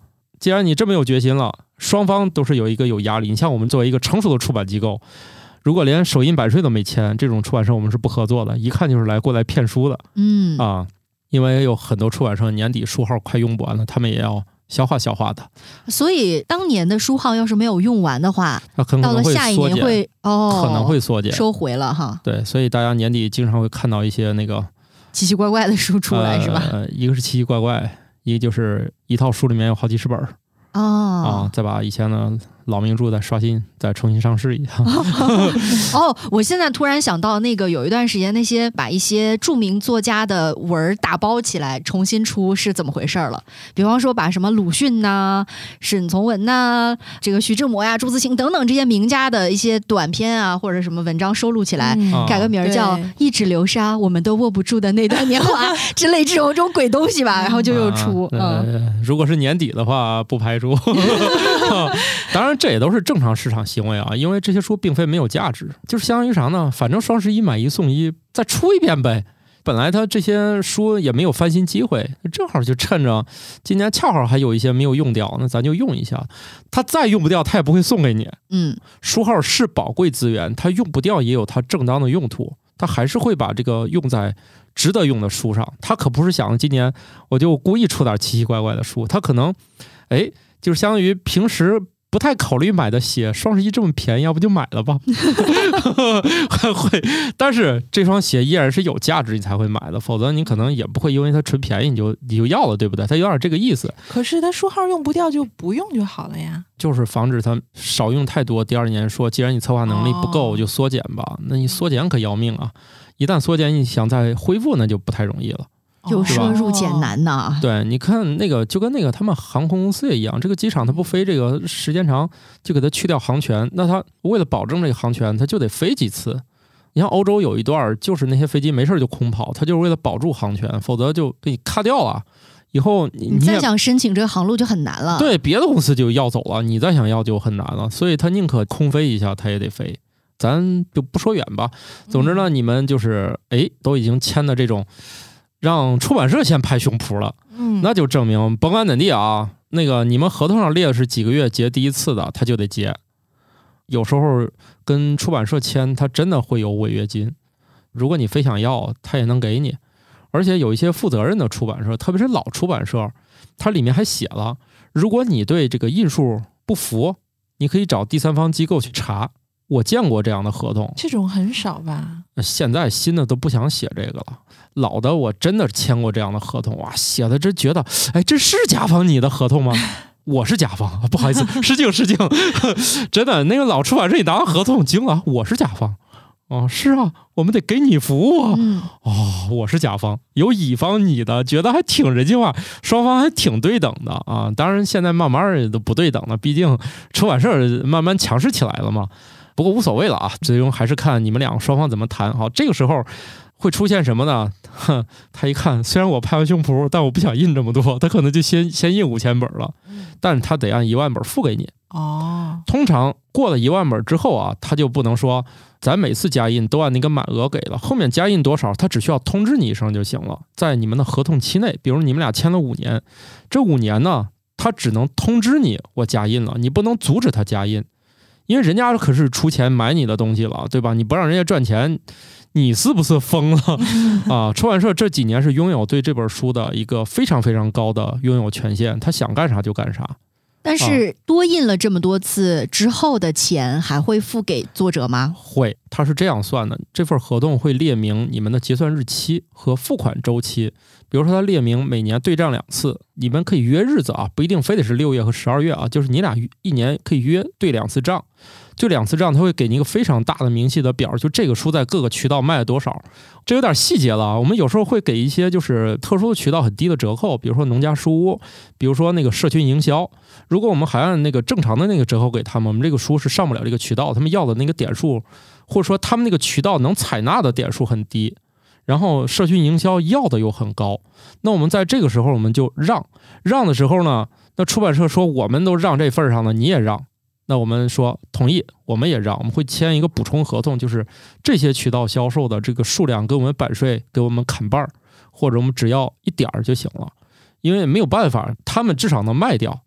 既然你这么有决心了，双方都是有一个有压力。你像我们作为一个成熟的出版机构，如果连首印版税都没签，这种出版社我们是不合作的，一看就是来过来骗书的。 嗯啊，因为有很多出版社年底书号快用不完了，他们也要消化消化的。 所以当年的书号要是没有用完的话，到了下一年会哦可能会缩减收回了哈。 对，所以大家年底经常会看到一些那个奇奇怪怪的书出来、呃、是吧？ 呃，一个是奇奇怪怪，一个就是一套书里面有好几十本哦啊，再把以前的老名著再刷新，再重新上市一下。 哦，我现在突然想到，那个有一段时间，那些把一些著名作家的文打包起来重新出是怎么回事了？比方说，把什么鲁迅呐、沈从文呐、这个徐志摩呀、朱自清等等这些名家的一些短篇啊，或者什么文章收录起来，嗯、改个名叫《一指流沙，我们都握不住的那段年华》之类这种这种鬼东西吧，然后就又出。 啊、嗯，如果是年底的话，不排除。当然这也都是正常市场行为啊，因为这些书并非没有价值，就是相当于啥呢，反正双十一买一送一，再出一遍呗。本来他这些书也没有翻新机会，正好就趁着今年恰好还有一些没有用掉，那咱就用一下。他再用不掉他也不会送给你。 嗯， 书号是宝贵资源，他用不掉也有他正当的用途，他还是会把这个用在值得用的书上。他可不是想今年我就故意出点奇奇怪怪的书，他可能哎就是相当于平时不太考虑买的鞋，双十一这么便宜，要不就买了吧。会，但是这双鞋依然是有价值，你才会买的，否则你可能也不会因为它纯便宜你就你就要了，对不对？它有点这个意思。 可是它书号用不掉就不用就好了呀， 就是防止它少用太多。第二年说，既然你策划能力不够，哦、就缩减吧。那你缩减可要命啊！一旦缩减，你想再恢复，那就不太容易了。 由奢入俭难呐。 对，你看那个就跟那个他们航空公司也一样，这个机场它不飞这个时间长，就给它去掉航权，那它为了保证这个航权，它就得飞几次。你像欧洲有一段就是那些飞机没事就空跑，它就是为了保住航权，否则就被你卡掉了。以后 你, 你再想申请这个航路就很难了。 对，别的公司就要走了，你再想要就很难了，所以他宁可空飞一下，他也得飞。咱就不说远吧，总之呢，你们就是哎，都已经签的这种。让出版社先拍胸脯了，嗯，那就证明甭管怎地啊，那个你们合同上列的是几个月结第一次的，他就得结。有时候跟出版社签，他真的会有违约金，如果你非想要，他也能给你。而且有一些负责任的出版社，特别是老出版社，它里面还写了，如果你对这个印数不服，你可以找第三方机构去查。我见过这样的合同， 这种很少吧？ 现在新的都不想写这个了，老的我真的签过这样的合同，哇，写的真觉得，哎，这是甲方你的合同吗？我是甲方，不好意思，失敬失敬，真的，那个老出版社你拿合同惊了，我是甲方。哦，是啊，我们得给你服务啊。 嗯、 哦，我是甲方，有乙方你的，觉得还挺人性化，双方还挺对等的啊。当然现在慢慢都不对等了，毕竟出版社慢慢强势起来了嘛。不过无所谓了啊，最终还是看你们两个双方怎么谈。好，这个时候会出现什么呢？哼，他一看，虽然我拍完胸脯，但我不想印这么多，他可能就先先印五千本了，但是他得按一万本付给你。 哦， 通常过了一万本之后啊，他就不能说咱每次加印都按那个满额给了，后面加印多少，他只需要通知你一声就行了。在你们的合同期内，比如你们俩签了五年，这五年呢，他只能通知你我加印了，你不能阻止他加印。因为人家可是出钱买你的东西了，对吧？你不让人家赚钱，你是不是疯了啊？出版社这几年是拥有对这本书的一个非常非常高的拥有权限，他想干啥就干啥。 但是多印了这么多次之后的钱还会付给作者吗？ 会，他是这样算的，这份合同会列明你们的结算日期和付款周期。比如说他列明每年对账两次，你们可以约日子啊，不一定非得是六月和十二月啊，就是你俩一年可以约对两次账，就两次账他会给你一个非常大的明细的表，就这个书在各个渠道卖了多少，这有点细节了。我们有时候会给一些就是特殊的渠道很低的折扣，比如说农家书屋，比如说那个社群营销。如果我们还按那个正常的那个折扣给他们，我们这个书是上不了这个渠道，他们要的那个点数或者说他们那个渠道能采纳的点数很低，然后社群营销要的又很高，那我们在这个时候我们就让让的时候呢，那出版社说我们都让这份上了，你也让，那我们说同意，我们也让，我们会签一个补充合同，就是这些渠道销售的这个数量跟我们版税给我们砍半，或者我们只要一点就行了，因为没有办法，他们至少能卖掉，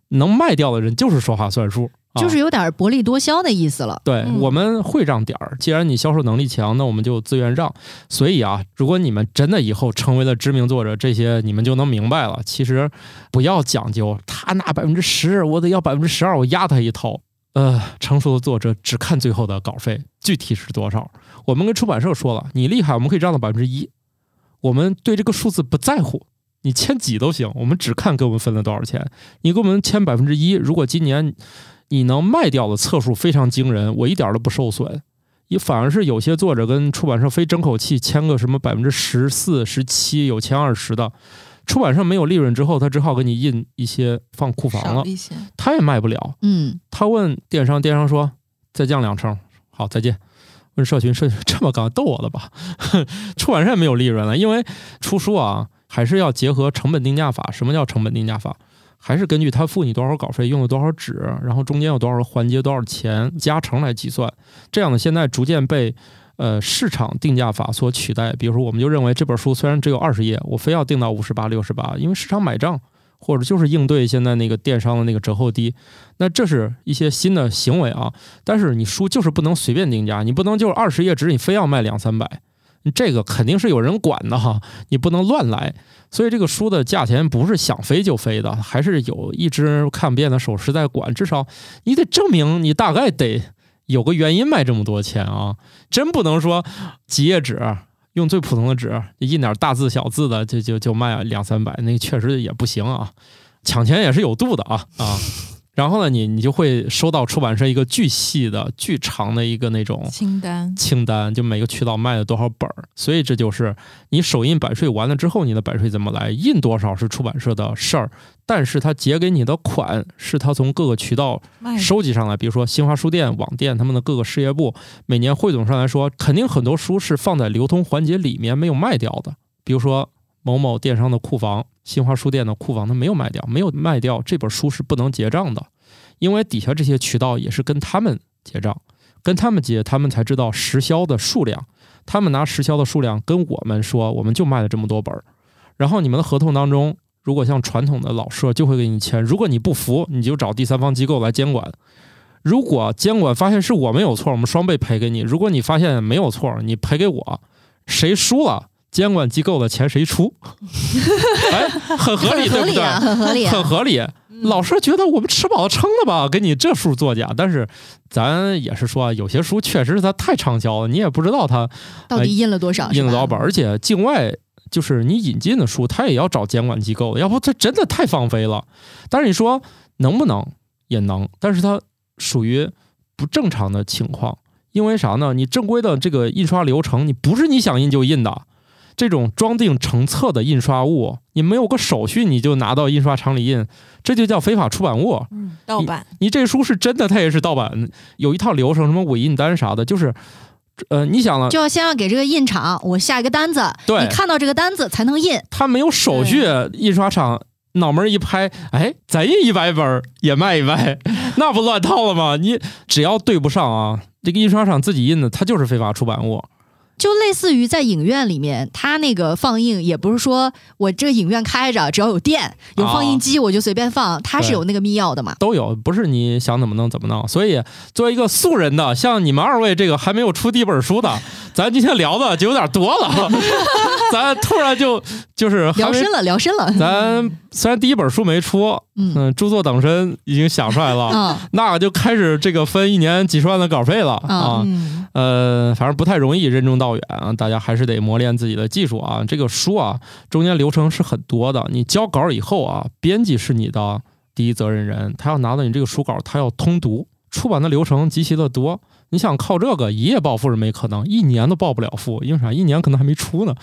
能卖掉的人就是说话算数。 就是有点薄利多销的意思了。 对、嗯、我们会让点儿，既然你销售能力强，那我们就自愿让。所以啊，如果你们真的以后成为了知名作者，这些你们就能明白了。其实不要讲究他拿百分之十，我得要百分之十二，我压他一头。呃，成熟的作者只看最后的稿费，具体是多少。我们跟出版社说了，你厉害，我们可以让到百分之一，我们对这个数字不在乎。你签几都行，我们只看给我们分了多少钱。你给我们签百分之一，如果今年你能卖掉的册数非常惊人，我一点都不受损。也反而是有些作者跟出版社非争口气，签个什么百分之十四、十七，有签二十的，出版社没有利润之后，他只好给你印一些放库房了，他也卖不了。 嗯， 他问电商，电商说再降两成，好，再见。问社群，社群这么高，逗我了吧？出版社也没有利润了，因为出书啊，还是要结合成本定价法。什么叫成本定价法？还是根据他付你多少稿费，用了多少纸，然后中间有多少环节，多少钱加成来计算。这样的现在逐渐被呃市场定价法所取代。比如说，我们就认为这本书虽然只有二十页，我非要定到五十八、六十八，因为市场买账，或者就是应对现在那个电商的那个折扣低。那这是一些新的行为啊。但是你书就是不能随便定价，你不能就是二十页纸，你非要卖两三百。这个肯定是有人管的哈，你不能乱来。所以这个书的价钱不是想飞就飞的，还是有一只看不见的手是在管。至少你得证明你大概得有个原因卖这么多钱啊，真不能说几页纸用最普通的纸印点大字小字的就就就卖两三百，那确实也不行啊。抢钱也是有度的啊啊。然后呢，你你就会收到出版社一个巨细的、巨长的一个那种清单， 清单就每个渠道卖了多少本。所以这就是你首印版税完了之后，你的版税怎么来，印多少是出版社的事儿，但是他结给你的款是他从各个渠道收集上来，比如说新华书店、网店他们的各个事业部，每年汇总上来说，肯定很多书是放在流通环节里面没有卖掉的，比如说某某电商的库房、新华书店的库房，它没有卖掉，没有卖掉，这本书是不能结账的，因为底下这些渠道也是跟他们结账，跟他们结，他们才知道实销的数量，他们拿实销的数量跟我们说，我们就卖了这么多本，然后你们的合同当中，如果像传统的老社就会给你签，如果你不服，你就找第三方机构来监管。如果监管发现是我们有错，我们双倍赔给你；如果你发现没有错，你赔给我，谁输了？监管机构的钱谁出？哎，很合理，对不对？ 很合理， 很合理。老师觉得我们吃饱撑了吧，给你这数作假。但是咱也是说，有些书确实它太畅销了，你也不知道它到底印了多少， 印了多少本。而且境外就是你引进的书，它也要找监管机构的，要不它真的太放飞了。但是你说能不能也能，但是它属于不正常的情况。因为啥呢？你正规的这个印刷流程，你不是你想印就印的。这种装订成册的印刷物，你没有个手续你就拿到印刷厂里印，这就叫非法出版物。 嗯，盗版。 你, 你这书是真的，它也是盗版，有一套流程，什么伪印单啥的，就是，呃，你想了， 就要先要给这个印厂我下一个单子， 对， 你看到这个单子才能印。 他没有手续，印刷厂脑门一拍，哎，咱印一百本也卖一卖，那不乱套了吗？你只要对不上啊，这个印刷厂自己印的，它就是非法出版物。 就类似于在影院里面，它那个放映也不是说我这个影院开着，只要有电有放映机我就随便放，它是有那个密钥的嘛， 都有，不是你想怎么弄怎么弄。所以作为一个素人的，像你们二位这个还没有出第一本书的，咱今天聊的就有点多了，咱突然就就是聊深了，聊深了。 咱虽然第一本书没出，嗯，著作等身已经想出来了，嗯，那就开始这个分一年几十万的稿费了啊，嗯、呃，反正不太容易任重道远啊，大家还是得磨练自己的技术啊。这个书啊，中间流程是很多的，你交稿以后啊，编辑是你的第一责任人，他要拿到你这个书稿，他要通读，出版的流程极其的多。你想靠这个一夜暴富是没可能，一年都暴不了富，因为啥？一年可能还没出呢。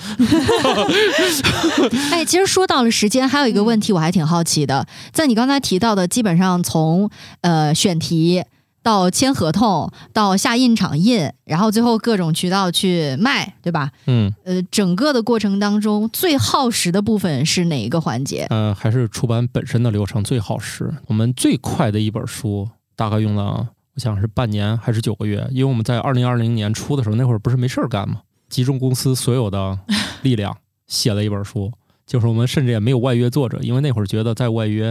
哎，其实说到了时间，还有一个问题我还挺好奇的，在你刚才提到的，基本上从呃选题到签合同到下印厂印，然后最后各种渠道去卖，对吧？ 嗯， 呃，整个的过程当中最耗时的部分是哪一个环节？ 呃，还是出版本身的流程最耗时。我们最快的一本书大概用了，我想是半年还是九个月，因为我们在二零二零年出的时候，那会儿不是没事干嘛，集中公司所有的力量写了一本书，就是我们甚至也没有外约作者，因为那会儿觉得在外约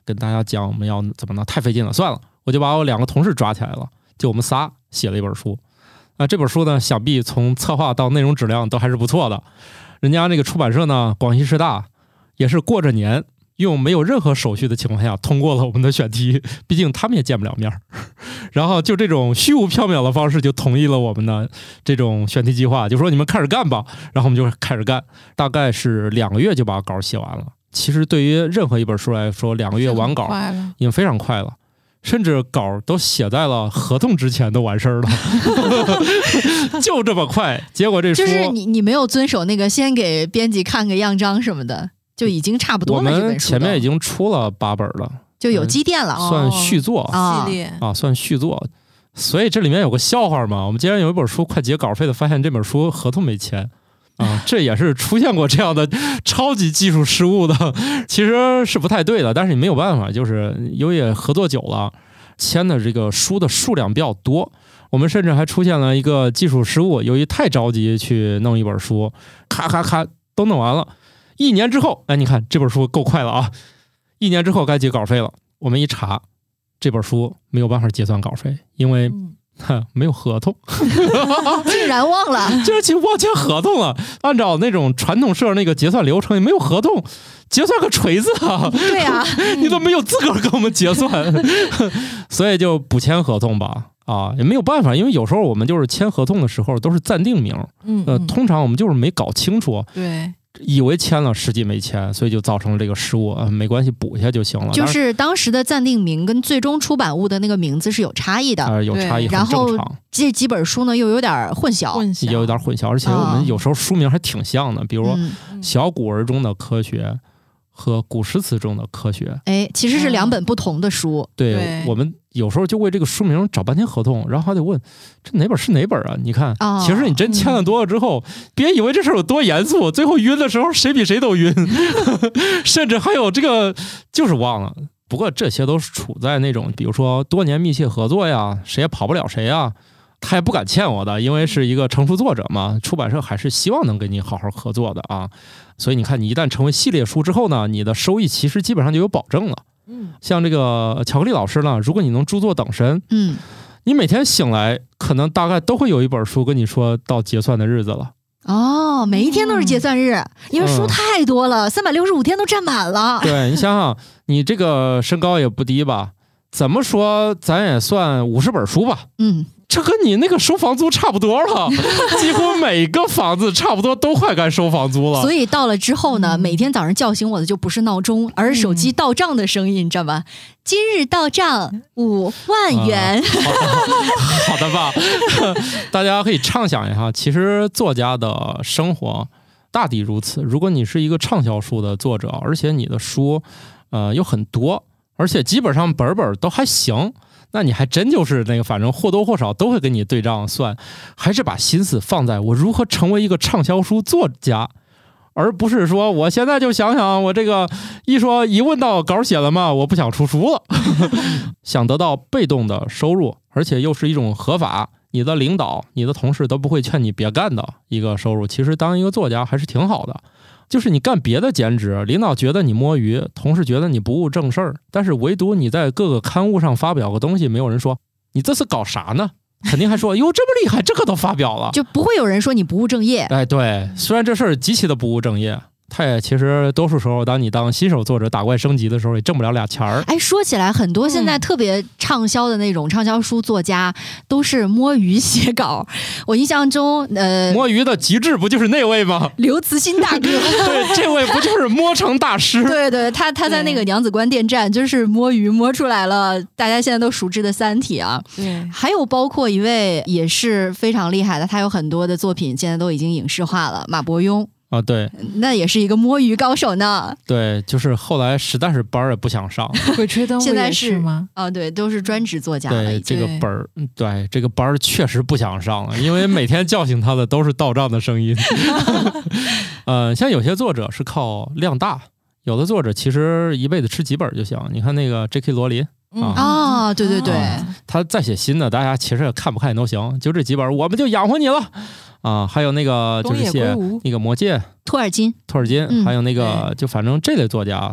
跟大家讲我们要怎么呢？太费劲了，算了，我就把我两个同事抓起来了，就我们仨写了一本书。啊，这本书呢，想必从策划到内容质量都还是不错的。人家那个出版社呢，广西师大也是过着年，用没有任何手续的情况下通过了我们的选题，毕竟他们也见不了面。然后就这种虚无缥缈的方式就同意了我们的这种选题计划，就说你们开始干吧。然后我们就开始干，大概是两个月就把稿写完了。其实对于任何一本书来说，两个月完稿已经非常快了。甚至稿都写在了合同之前都完事儿了，就这么快。结果这书就是你你没有遵守那个先给编辑看个样章什么的，就已经差不多了。 我们前面已经出了八本了， 就有积淀了， 嗯、算续作、 哦、系列啊，算续作。所以这里面有个笑话嘛，我们既然有一本书快结稿费的，发现这本书合同没签。啊，这也是出现过这样的超级技术失误的，其实是不太对的，但是你没有办法，就是由于合作久了，签的这个书的数量比较多，我们甚至还出现了一个技术失误，由于太着急去弄一本书，咔咔咔都弄完了，一年之后，哎，你看这本书够快了啊，一年之后该结稿费了，我们一查，这本书没有办法结算稿费，因为、嗯没有合同竟然忘了就是去忘签合同了，按照那种传统社那个结算流程，也没有合同结算个锤子啊！ 对啊， 你都没有资格跟我们结算所以就补签合同吧。啊，也没有办法，因为有时候我们就是签合同的时候都是暂定名，嗯，呃，通常我们就是没搞清楚， 对， 以为签了，实际没签，所以就造成了这个失误啊。没关系，补一下就行了。 就是当时的暂定名跟最终出版物的那个名字是有差异的， 呃，有差异， 然后这几本书呢又有点混淆， 混淆也有点混淆，而且我们有时候书名还挺像的，比如说《小古儿中的科学》和《古诗词中的科学》， 哎，其实是两本不同的书。 对，对我们有时候就为这个书名找半天合同，然后还得问这哪本是哪本啊？你看，哦、其实你真签了多了之后，嗯、别以为这事有多严肃，最后晕的时候谁比谁都晕，甚至还有这个就是忘了。不过这些都是处在那种，比如说多年密切合作呀，谁也跑不了谁呀。他也不敢欠我的，因为是一个成熟作者嘛，出版社还是希望能跟你好好合作的啊。所以你看，你一旦成为系列书之后呢，你的收益其实基本上就有保证了。嗯，像这个巧克力老师呢，如果你能著作等身，嗯，你每天醒来，可能大概都会有一本书跟你说到结算的日子了。 哦，每一天都是结算日，嗯、因为书太多了，三百六十五天都占满了。 对，你想想，你这个身高也不低吧？怎么说，咱也算五十本书吧。嗯。这跟你那个收房租差不多了，几乎每个房子差不多都快该收房租了。 所以到了之后呢，每天早上叫醒我的就不是闹钟，而是手机到账的声音，你知道吧？今日到账五万元。啊、 好的吧，大家可以畅想一下，其实作家的生活大抵如此。如果你是一个畅销书的作者，而且你的书呃有很多，而且基本上本本都还行。那你还真就是那个，反正或多或少都会跟你对账算，还是把心思放在我如何成为一个畅销书作家，而不是说我现在就想想我这个一说一问到稿写了吗？我不想出书了，想得到被动的收入，而且又是一种合法，你的领导、你的同事都不会劝你别干的一个收入。其实当一个作家还是挺好的。就是你干别的兼职，领导觉得你摸鱼，同事觉得你不务正事儿，但是唯独你在各个刊物上发表个东西，没有人说你这是搞啥呢？肯定还说哟这么厉害，这个都发表了， 就不会有人说你不务正业。 哎，对，虽然这事儿极其的不务正业，他也其实多数时候，当你当新手作者打怪升级的时候，也挣不了俩钱儿。 哎，说起来，很多现在特别畅销的那种畅销书作家，都是摸鱼写稿。我印象中，呃， 摸鱼的极致不就是那位吗？ 刘慈欣大哥。 对，这位不就是摸成大师？ 对对，他他在那个娘子关电站就是摸鱼摸出来了，大家现在都熟知的《三体》啊。 对， 还有包括一位也是非常厉害的，他有很多的作品现在都已经影视化了，马伯庸。 啊，对， 那也是一个摸鱼高手呢。 对，就是后来实在是班儿也不想上， 鬼吹灯现在是吗？ 啊，对，都是专职作家了。 对，这个本儿，对这个班儿确实不想上了，因为每天叫醒他的都是到账的声音。呃，像有些作者是靠量大，有的作者其实一辈子吃几本就行。你看那个 J K 罗琳。 啊、哦，对对对、 啊，他再写新的，大家其实也看不看都行，就这几本，我们就养活你了啊！还有那个就是写那个魔戒， 托尔金， 托尔金，嗯、还有那个就反正这类作家，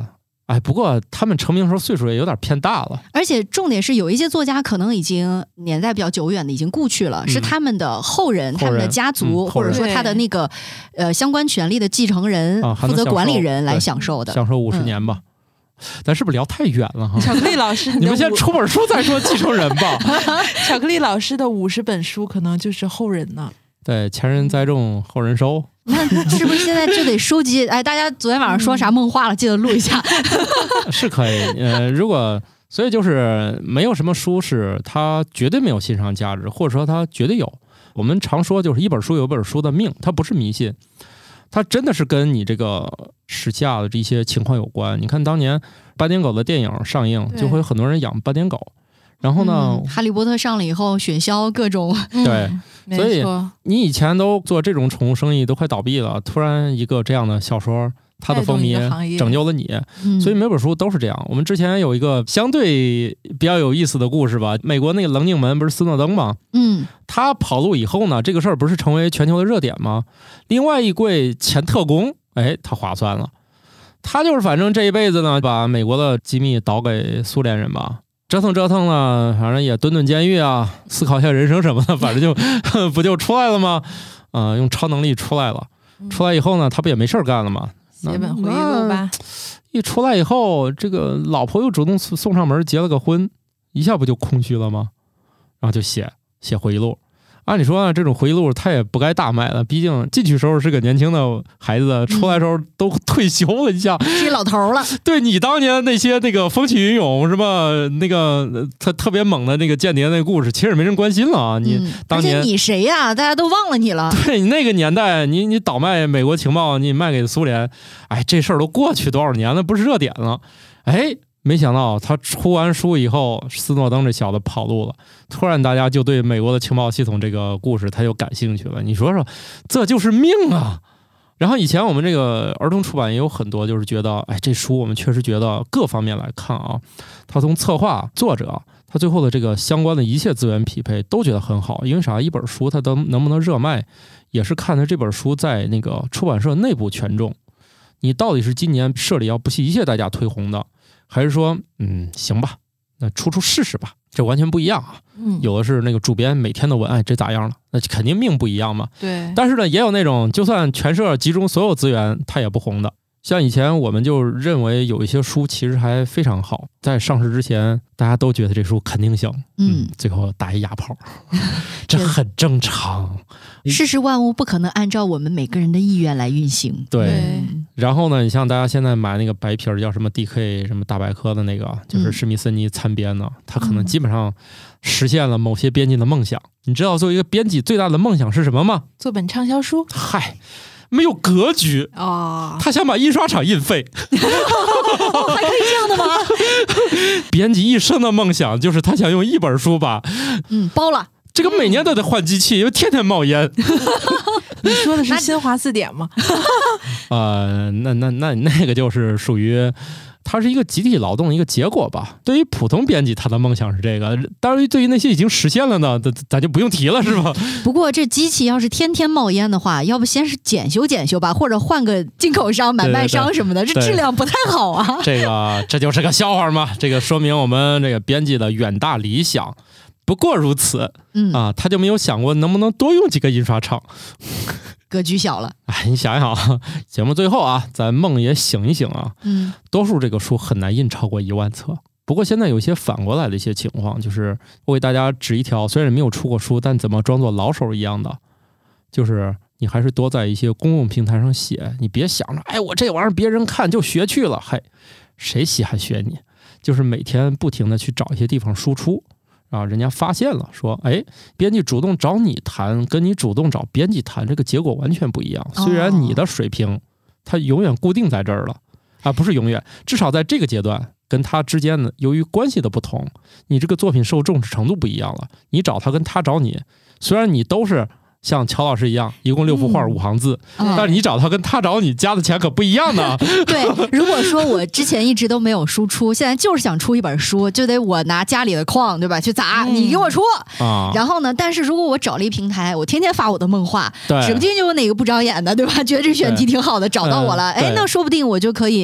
哎，不过他们成名的时候岁数也有点偏大了， 而且重点是有一些作家可能已经年代比较久远的已经故去了，嗯、是他们的后人、他们的家族、嗯、或者说他的那个呃相关权利的继承人、啊、负责管理人来享受的， 享受五十年吧。嗯、咱是不是聊太远了哈？ 巧克力老师， 你们先出本书再说继承人吧。 巧克力老师的五十本书可能就是后人呢。 对，前人栽种，后人收。 那是不是现在就得收集？哎，大家昨天晚上说啥梦话了？记得录一下。 是可以，呃，如果所以就是没有什么书是它绝对没有欣赏价值，或者说它绝对有。我们常说就是一本书有一本书的命，它不是迷信，它真的是跟你这个时下的这些情况有关。你看当年八点狗的电影上映，就会有很多人养八点狗。然后呢、 嗯，哈利波特上了以后，雪橇各种对。所以你以前都做这种宠物生意都快倒闭了，突然一个这样的小说，它的风靡拯救了你，所以每本书都是这样。我们之前有一个相对比较有意思的故事吧，美国那个棱镜门不是斯诺登吗？ 嗯， 他跑路以后呢，这个事儿不是成为全球的热点吗？另外一柜前特工，哎，他划算了，他就是反正这一辈子呢，把美国的机密倒给苏联人吧。折腾折腾呢，反正也蹲蹲监狱啊，思考一下人生什么的，反正就不就出来了吗？啊、呃，用超能力出来了，出来以后呢，他不也没事干了吗？ 写本回忆录吧。 一出来以后，这个老婆又主动送上门，结了个婚，一下不就空虚了吗？然后就写写回忆录。按理说呢，这种回忆录他也不该大卖了，毕竟进去时候是个年轻的孩子，出来时候都退休了，你想是一老头了。 对，你当年那些那个风起云涌什么那个特特别猛的那个间谍那个故事，其实没人关心了啊。你当年、 嗯、而且你谁呀、啊？大家都忘了你了。 对，你那个年代，你你倒卖美国情报，你卖给苏联，哎，这事儿都过去多少年了，不是热点了，哎。没想到他出完书以后，斯诺登这小子跑路了，突然大家就对美国的情报系统这个故事他就感兴趣了。你说说，这就是命啊！然后以前我们这个儿童出版也有很多，就是觉得，哎，这书我们确实觉得各方面来看啊，他从策划、作者，他最后的这个相关的一切资源匹配都觉得很好。因为啥？一本书它能能不能热卖，也是看着这本书在那个出版社内部权重，你到底是今年社里要不惜一切代价推红的。还是说，嗯，行吧，那出出试试吧，这完全不一样啊。 嗯， 有的是那个主编每天的文案，这咋样了？那肯定命不一样嘛。 对。 但是呢，也有那种就算全社集中所有资源，它也不红的。像以前我们就认为有一些书其实还非常好，在上市之前大家都觉得这书肯定行， 嗯， 最后打一哑炮，这很正常。 世事万物不可能按照我们每个人的意愿来运行。 对。对，然后呢，你像大家现在买那个白皮儿叫什么 D K 什么大百科的那个，就是史密森尼参编的，嗯、他可能基本上实现了某些编辑的梦想。你知道作为一个编辑最大的梦想是什么吗？ 做本畅销书。 嗨。没有格局啊！ 他想把印刷厂印废， 哦，还可以这样的吗？ 编辑一生的梦想就是他想用一本书把， 嗯，包了。 这个每年都得换机器，因为天天冒烟。 你说的是新华字典吗？ 呃，那那那那个就是属于。它是一个集体劳动的一个结果吧。对于普通编辑，他的梦想是这个；当然，对于那些已经实现了呢，咱咱就不用提了，是吧？ 不过这机器要是天天冒烟的话，要不先是检修检修吧，或者换个进口商、买卖商什么的， 对对对，这质量不太好啊。 这个这就是个笑话嘛。这个说明我们这个编辑的远大理想不过如此。 嗯啊，他就没有想过能不能多用几个印刷厂。 格局小了， 哎，你想想啊，节目最后啊，咱梦也醒一醒啊。 嗯， 多数这个书很难印超过一万册。不过现在有一些反过来的一些情况，就是我给大家指一条，虽然没有出过书，但怎么装作老手一样的，就是你还是多在一些公共平台上写，你别想着，哎，我这玩意儿别人看就学去了，嗨，谁稀罕学你？就是每天不停的去找一些地方输出。啊，人家发现了，说，哎，编辑主动找你谈，跟你主动找编辑谈，这个结果完全不一样。虽然你的水平，它永远固定在这儿了，啊，不是永远，至少在这个阶段，跟他之间的由于关系的不同，你这个作品受重视程度不一样了。你找他跟他找你，虽然你都是像乔老师一样，一共六幅画、嗯、五行字、嗯，但是你找他跟他找你加的钱可不一样呢。 对，如果说我之前一直都没有输出，现在就是想出一本书，就得我拿家里的矿，对吧，去砸，嗯、你给我出啊。然后呢，但是如果我找了一平台，我天天发我的梦话，指不定就有哪个不长眼的，对吧？觉得这选题挺好的，找到我了，哎，那说不定我就可以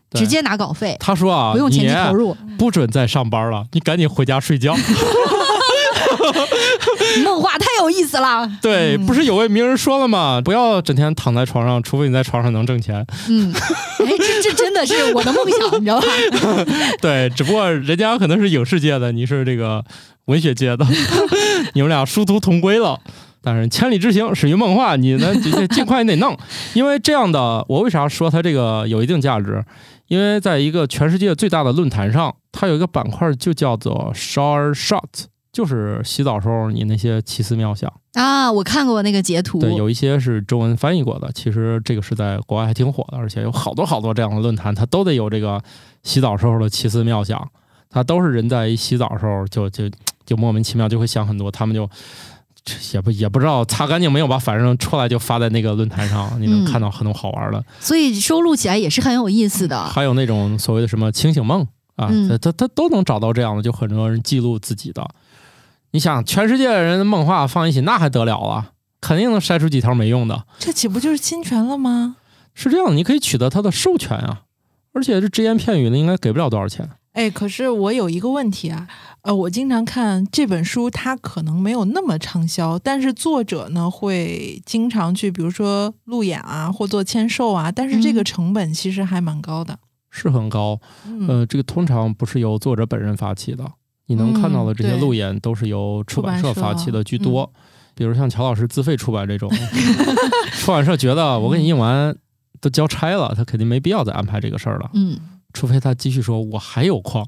直接拿稿费。 他说啊， 不用前期投入， 不准再上班了，你赶紧回家睡觉。 梦话太有意思了。 对，不是有位名人说了吗？不要整天躺在床上，除非你在床上能挣钱。 嗯，哎，这这真的是我的梦想，你知道吧？ 对，只不过人家可能是影视界的，你是这个文学界的，你们俩殊途同归了。但是千里之行始于梦话，你呢尽快你得弄，因为这样的，我为啥说它这个有一定价值？因为在一个全世界最大的论坛上，它有一个板块就叫做 shower shot。就是洗澡时候你那些奇思妙想啊，我看过那个截图。 对，有一些是中文翻译过的，其实这个是在国外还挺火的，而且有好多好多这样的论坛，它都得有这个洗澡时候的奇思妙想，它都是人在一洗澡的时候就就就莫名其妙就会想很多，他们就也不也不知道擦干净没有吧，反正出来就发在那个论坛上，你能看到很多好玩的，嗯、 所以收录起来也是很有意思的。 还有那种所谓的什么清醒梦啊， 嗯、 他他都能找到这样的，就很多人记录自己的。你想全世界的人的梦话放一起，那还得了啊？肯定能筛出几条没用的。 这岂不就是侵权了吗？ 是这样的，你可以取得他的授权啊，而且这只言片语呢，应该给不了多少钱。 哎，可是我有一个问题啊，呃，我经常看这本书，它可能没有那么畅销，但是作者呢会经常去，比如说路演啊，或做签售啊，但是这个成本其实还蛮高的，嗯、 是很高。呃，这个通常不是由作者本人发起的。你能看到的这些路演都是由出版社发起的居多，嗯、比如像乔老师自费出版这种，出版社觉得我给你印完都交差了，他肯定没必要再安排这个事儿了。 嗯， 除非他继续说我还有矿，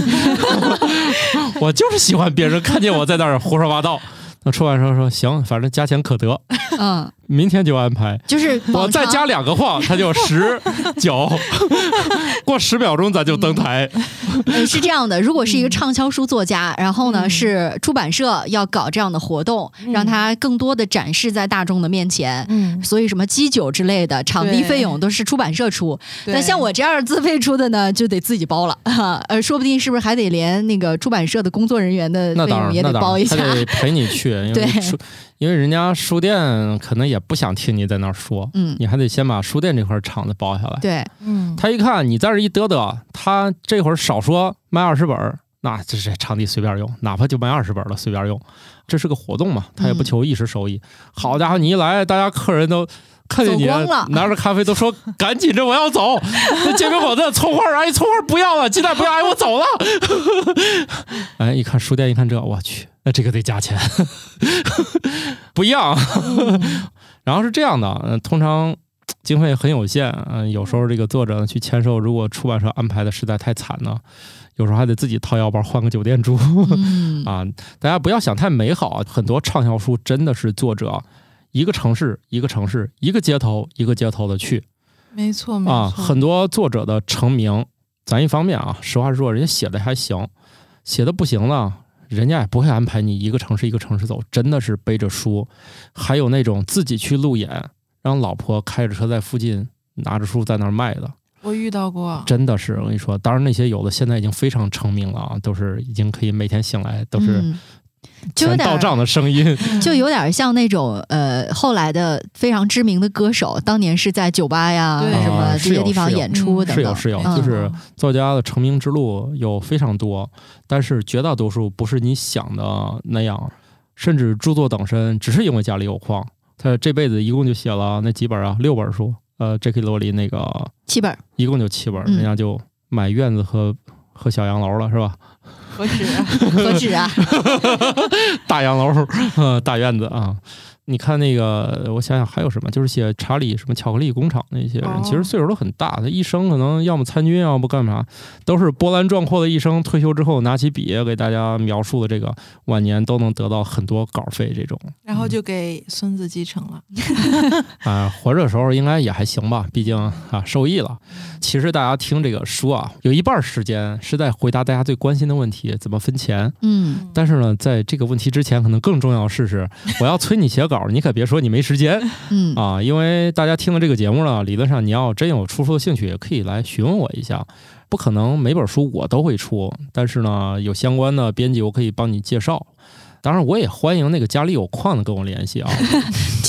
我就是喜欢别人看见我在那儿胡说八道。那出版社说行，反正加钱可得， 嗯， 明天就安排。 就是我再加两个矿，他就十九，过十秒钟咱就登台。 嗯，是这样的，如果是一个畅销书作家，然后呢、嗯、是出版社要搞这样的活动，嗯、让他更多的展示在大众的面前，嗯，所以什么基酒之类的场地费用都是出版社出。但像我这样自费出的呢，就得自己包了，呃，说不定是不是还得连那个出版社的工作人员的费用也得包一下， 他得陪你去。因为书，因为人家书店可能也不想听你在那儿说，嗯，你还得先把书店这块场子包下来。 对， 嗯，他一看你在这一嘚嘚，他这会儿少说卖二十本，那这是场地随便用，哪怕就卖二十本了随便用，这是个活动嘛，他也不求一时收益。嗯、好家伙，你一来，大家客人都看见你拿着咖啡都说赶紧着我要走，那煎饼果子葱花，哎，葱花不要了，鸡蛋不要，哎，我走了。哎，一看书店，一看这，我去。那这个得加钱，不一样。然后是这样的，通常经费很有限，嗯，有时候这个作者去签售，如果出版社安排的实在太惨呢，有时候还得自己掏腰包换个酒店住。嗯、啊，大家不要想太美好，很多畅销书真的是作者一个城市一个城市一个街头一个街头的去， 没错没错。 啊，很多作者的成名，咱一方面啊，实话说，人家写的还行，写的不行呢。人家也不会安排你一个城市一个城市走，真的是背着书，还有那种自己去路演，让老婆开着车在附近拿着书在那儿卖的， 我遇到过， 真的是我跟你说，当然那些有的现在已经非常成名了啊，都是已经可以每天醒来都是钱到账的声音， 嗯、就有点像那种呃后来的非常知名的歌手，当年是在酒吧呀什么这些地方演出的， 是有是有，嗯、就是作家的成名之路有非常多，但是绝大多数不是你想的那样，甚至著作等身，只是因为家里有矿。他这辈子一共就写了那几本啊，六本书，呃 J K 罗琳那个七本， 一共就七本，嗯、人家就买院子和和小洋楼了，是吧？ 何止啊， 何止啊！ 大洋楼，呃，大院子啊！你看那个，我想想还有什么，就是写查理什么巧克力工厂那些人，哦、其实岁数都很大，他一生可能要么参军，要么干嘛，都是波澜壮阔的一生。退休之后拿起笔给大家描述的这个晚年都能得到很多稿费，这种， 然后就给孙子继承了。 啊、呃，活着的时候应该也还行吧，毕竟啊受益了。其实大家听这个书啊，有一半时间是在回答大家最关心的问题，怎么分钱。嗯，但是呢，在这个问题之前，可能更重要的是是，我要催你写稿，你可别说你没时间。嗯啊，因为大家听了这个节目呢，理论上你要真有出书的兴趣，也可以来询问我一下。不可能每本书我都会出，但是呢，有相关的编辑我可以帮你介绍。当然，我也欢迎那个家里有矿的跟我联系啊。 其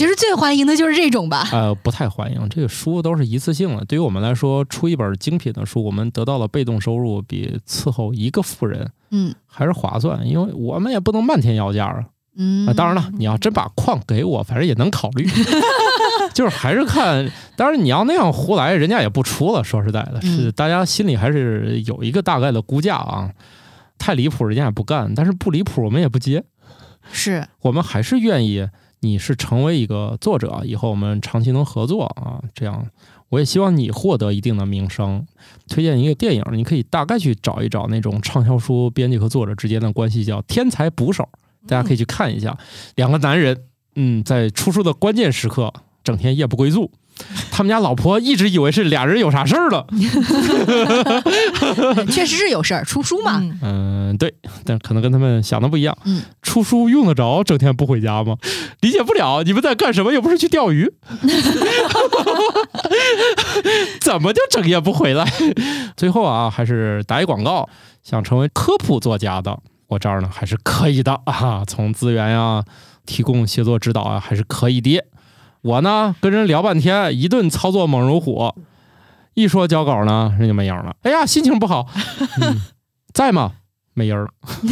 其实最欢迎的就是这种吧。 呃，不太欢迎，这个书都是一次性的。对于我们来说，出一本精品的书，我们得到了被动收入，比伺候一个富人， 嗯， 还是划算，因为我们也不能漫天要价啊。 嗯、 啊，当然了，你要真把矿给我，反正也能考虑。就是还是看，当然你要那样胡来，人家也不出了。说实在的，是大家心里还是有一个大概的估价啊。太离谱，人家也不干；但是不离谱，我们也不接。 是我们还是愿意你是成为一个作者，以后我们长期能合作啊。这样，我也希望你获得一定的名声。推荐一个电影，你可以大概去找一找那种畅销书编辑和作者之间的关系，叫《天才捕手》。大家可以去看一下，两个男人，嗯，在出书的关键时刻，整天夜不归宿。他们家老婆一直以为是俩人有啥事儿了， 确实是有事儿，出书嘛。 嗯、呃，对，但可能跟他们想的不一样。 嗯， 出书用得着整天不回家吗？理解不了，你们在干什么？又不是去钓鱼，怎么就整夜不回来？最后啊，还是打一广告，想成为科普作家的。我这儿呢还是可以的啊，从资源呀、提供写作指导啊，还是可以的。我呢跟人聊半天，一顿操作猛如虎，一说交稿呢，人就没影了。哎呀，心情不好，嗯、在吗？没人了。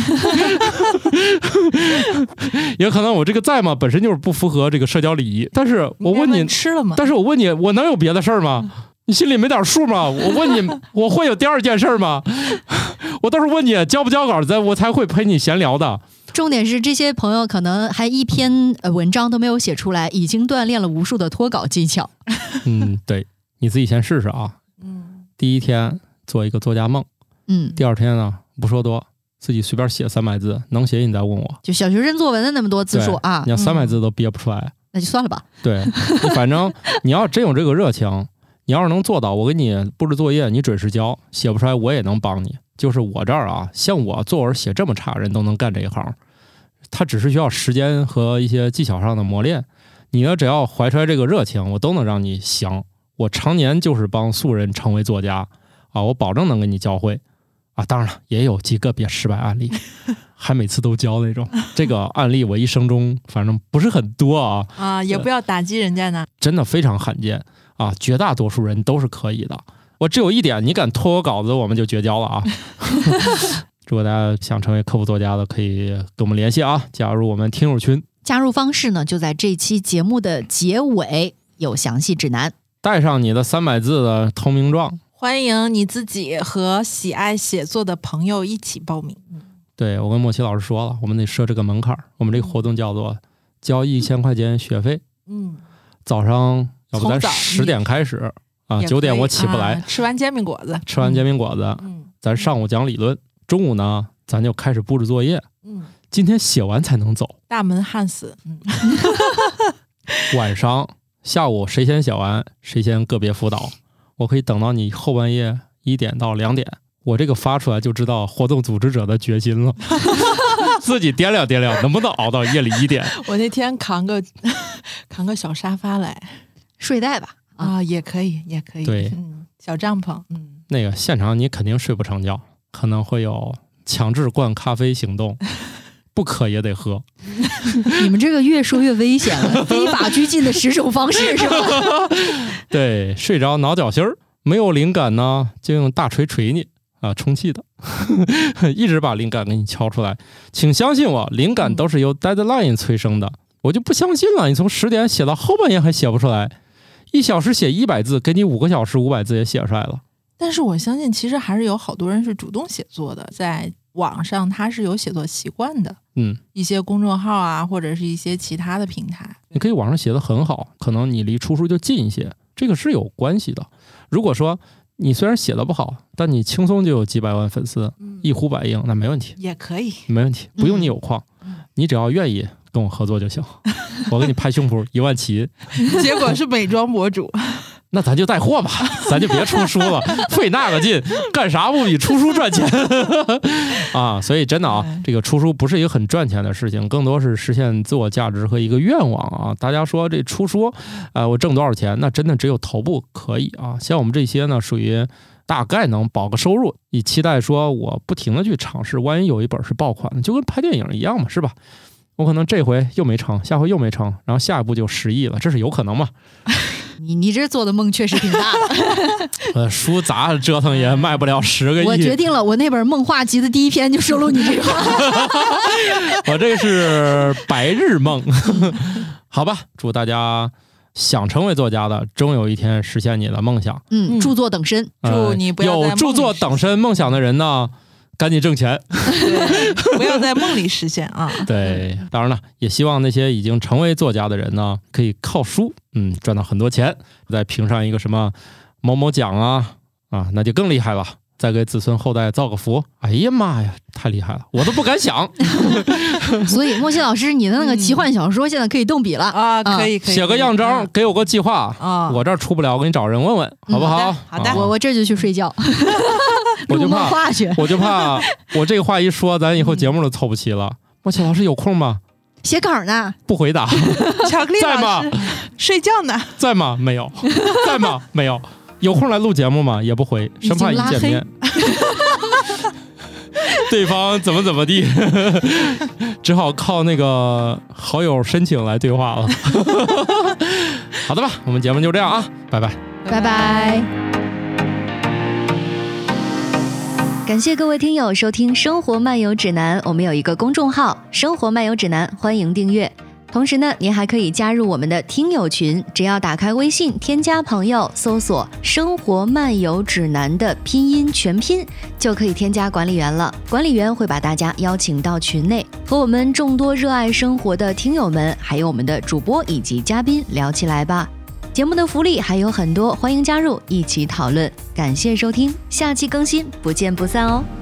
也可能我这个在吗本身就是不符合这个社交礼仪。但是我问你吃了吗？ 但是我问你，我能有别的事儿吗？你心里没点数吗？我问你，我会有第二件事吗？我都是问你交不交稿，我才会陪你闲聊的。 重点是这些朋友可能还一篇文章都没有写出来，已经锻炼了无数的脱稿技巧。 嗯，对，你自己先试试啊。 嗯， 第一天做一个作家梦， 嗯， 第二天呢不说多，自己随便写三百字，能写你再问我。 就小学生作文的那么多字数啊， 你要三百字都憋不出来，嗯、 那就算了吧。 对，你反正你要真有这个热情，你要是能做到，我给你布置作业，你准时交，写不出来我也能帮你。就是我这儿啊，像我作文写这么差，人都能干这一行，他只是需要时间和一些技巧上的磨练。你呢，只要怀揣这个热情，我都能让你行。我常年就是帮素人成为作家啊，我保证能给你教会啊。当然了，也有极个别失败案例，还每次都教那种。这个案例我一生中反正不是很多啊啊，也不要打击人家呢， 真的非常罕见啊，绝大多数人都是可以的。我只有一点，你敢拖我稿子，我们就绝交了啊！如果大家想成为科普作家的，可以跟我们联系啊，加入我们听友群。 加入方式呢，就在这期节目的结尾有详细指南。 带上你的三百字的投名状， 欢迎你自己和喜爱写作的朋友一起报名。 对，我跟莫奇老师说了，我们得设这个门槛。我们这个活动叫做交一千块钱学费。嗯，早上要不咱十点开始。啊，九点我起不来、 啊，吃完煎饼果子， 吃完煎饼果子， 嗯， 咱上午讲理论，中午呢，咱就开始布置作业，嗯，今天写完才能走， 大门焊死，嗯， 晚上、下午谁先写完，谁先个别辅导，我可以等到你后半夜一点到两点，我这个发出来就知道活动组织者的决心了，自己掂量掂量能不能熬到夜里一点。 我那天扛个扛个小沙发来， 睡袋吧。 啊，也可以，也可以。 对， 嗯，小帐篷，嗯， 那个现场你肯定睡不成觉，可能会有强制灌咖啡行动，不渴也得喝。 你们这个越说越危险了，非法拘禁的十种方式是吧？ 对，睡着挠脚心儿，没有灵感呢，就用大锤锤你啊，充气的，一直把灵感给你敲出来。请相信我，灵感都是由 deadline 催生的，我就不相信了，你从十点写到后半夜还写不出来。一小时写一百字，给你五个小时五百字也写出来了。 但是我相信，其实还是有好多人是主动写作的，在网上他是有写作习惯的。嗯，一些公众号啊，或者是一些其他的平台， 你可以网上写的很好，可能你离出书就近一些，这个是有关系的。如果说你虽然写的不好，但你轻松就有几百万粉丝，嗯、一呼百应，那没问题， 也可以， 没问题，不用你有矿，嗯、你只要愿意。跟我合作就行，我给你拍胸脯一万起， 结果是美妆博主， 那咱就带货吧，咱就别出书了，费那个劲，干啥不比出书赚钱啊？所以真的啊，这个出书不是一个很赚钱的事情，更多是实现自我价值和一个愿望啊。大家说这出书，呃，我挣多少钱？那真的只有头部可以啊。像我们这些呢，属于大概能保个收入，以期待说我不停的去尝试，万一有一本是爆款的，就跟拍电影一样嘛，是吧？ 我可能这回又没成，下回又没成，然后下一步就失忆了，这是有可能吗？ 你你这做的梦确实挺大的。 呃，书咋折腾也卖不了十个亿。 我决定了，我那本梦话集的第一篇就收录你这句话。 我这个是白日梦。好吧，祝大家想成为作家的，终有一天实现你的梦想。 嗯，著作等身。 呃、 祝你不要有著作等身梦想的人呢，赶紧挣钱。 对，不要在梦里实现啊。 对，当然了，也希望那些已经成为作家的人呢，可以靠书，嗯，赚到很多钱，再评上一个什么某某奖啊，啊，那就更厉害了。再给子孙后代造个福，哎呀妈呀，太厉害了，我都不敢想。 所以莫西老师，你的那个奇幻小说现在可以动笔了啊，可以可以， 写个样章，给我个计划啊，我这儿出不了，我给你找人问问，好不好？ 好的， 我我这就去睡觉。 我就怕话去， 我就怕我这个话一说，咱以后节目都凑不齐了。莫西老师有空吗？ 写稿呢？ 不回答。 巧克力在吗？ 睡觉呢？ 在吗？没有。在吗？没有。有空来录节目吗？也不回，生怕一见面，对方怎么怎么地，只好靠那个好友申请来对话了。好的吧，我们节目就这样啊，拜拜， 拜拜。 感谢各位听友收听《生活漫游指南》，我们有一个公众号《生活漫游指南》，欢迎订阅。同时呢，您还可以加入我们的听友群，只要打开微信添加朋友，搜索生活漫游指南的拼音全拼，就可以添加管理员了。管理员会把大家邀请到群内，和我们众多热爱生活的听友们，还有我们的主播以及嘉宾聊起来吧。节目的福利还有很多，欢迎加入一起讨论。感谢收听，下期更新，不见不散哦。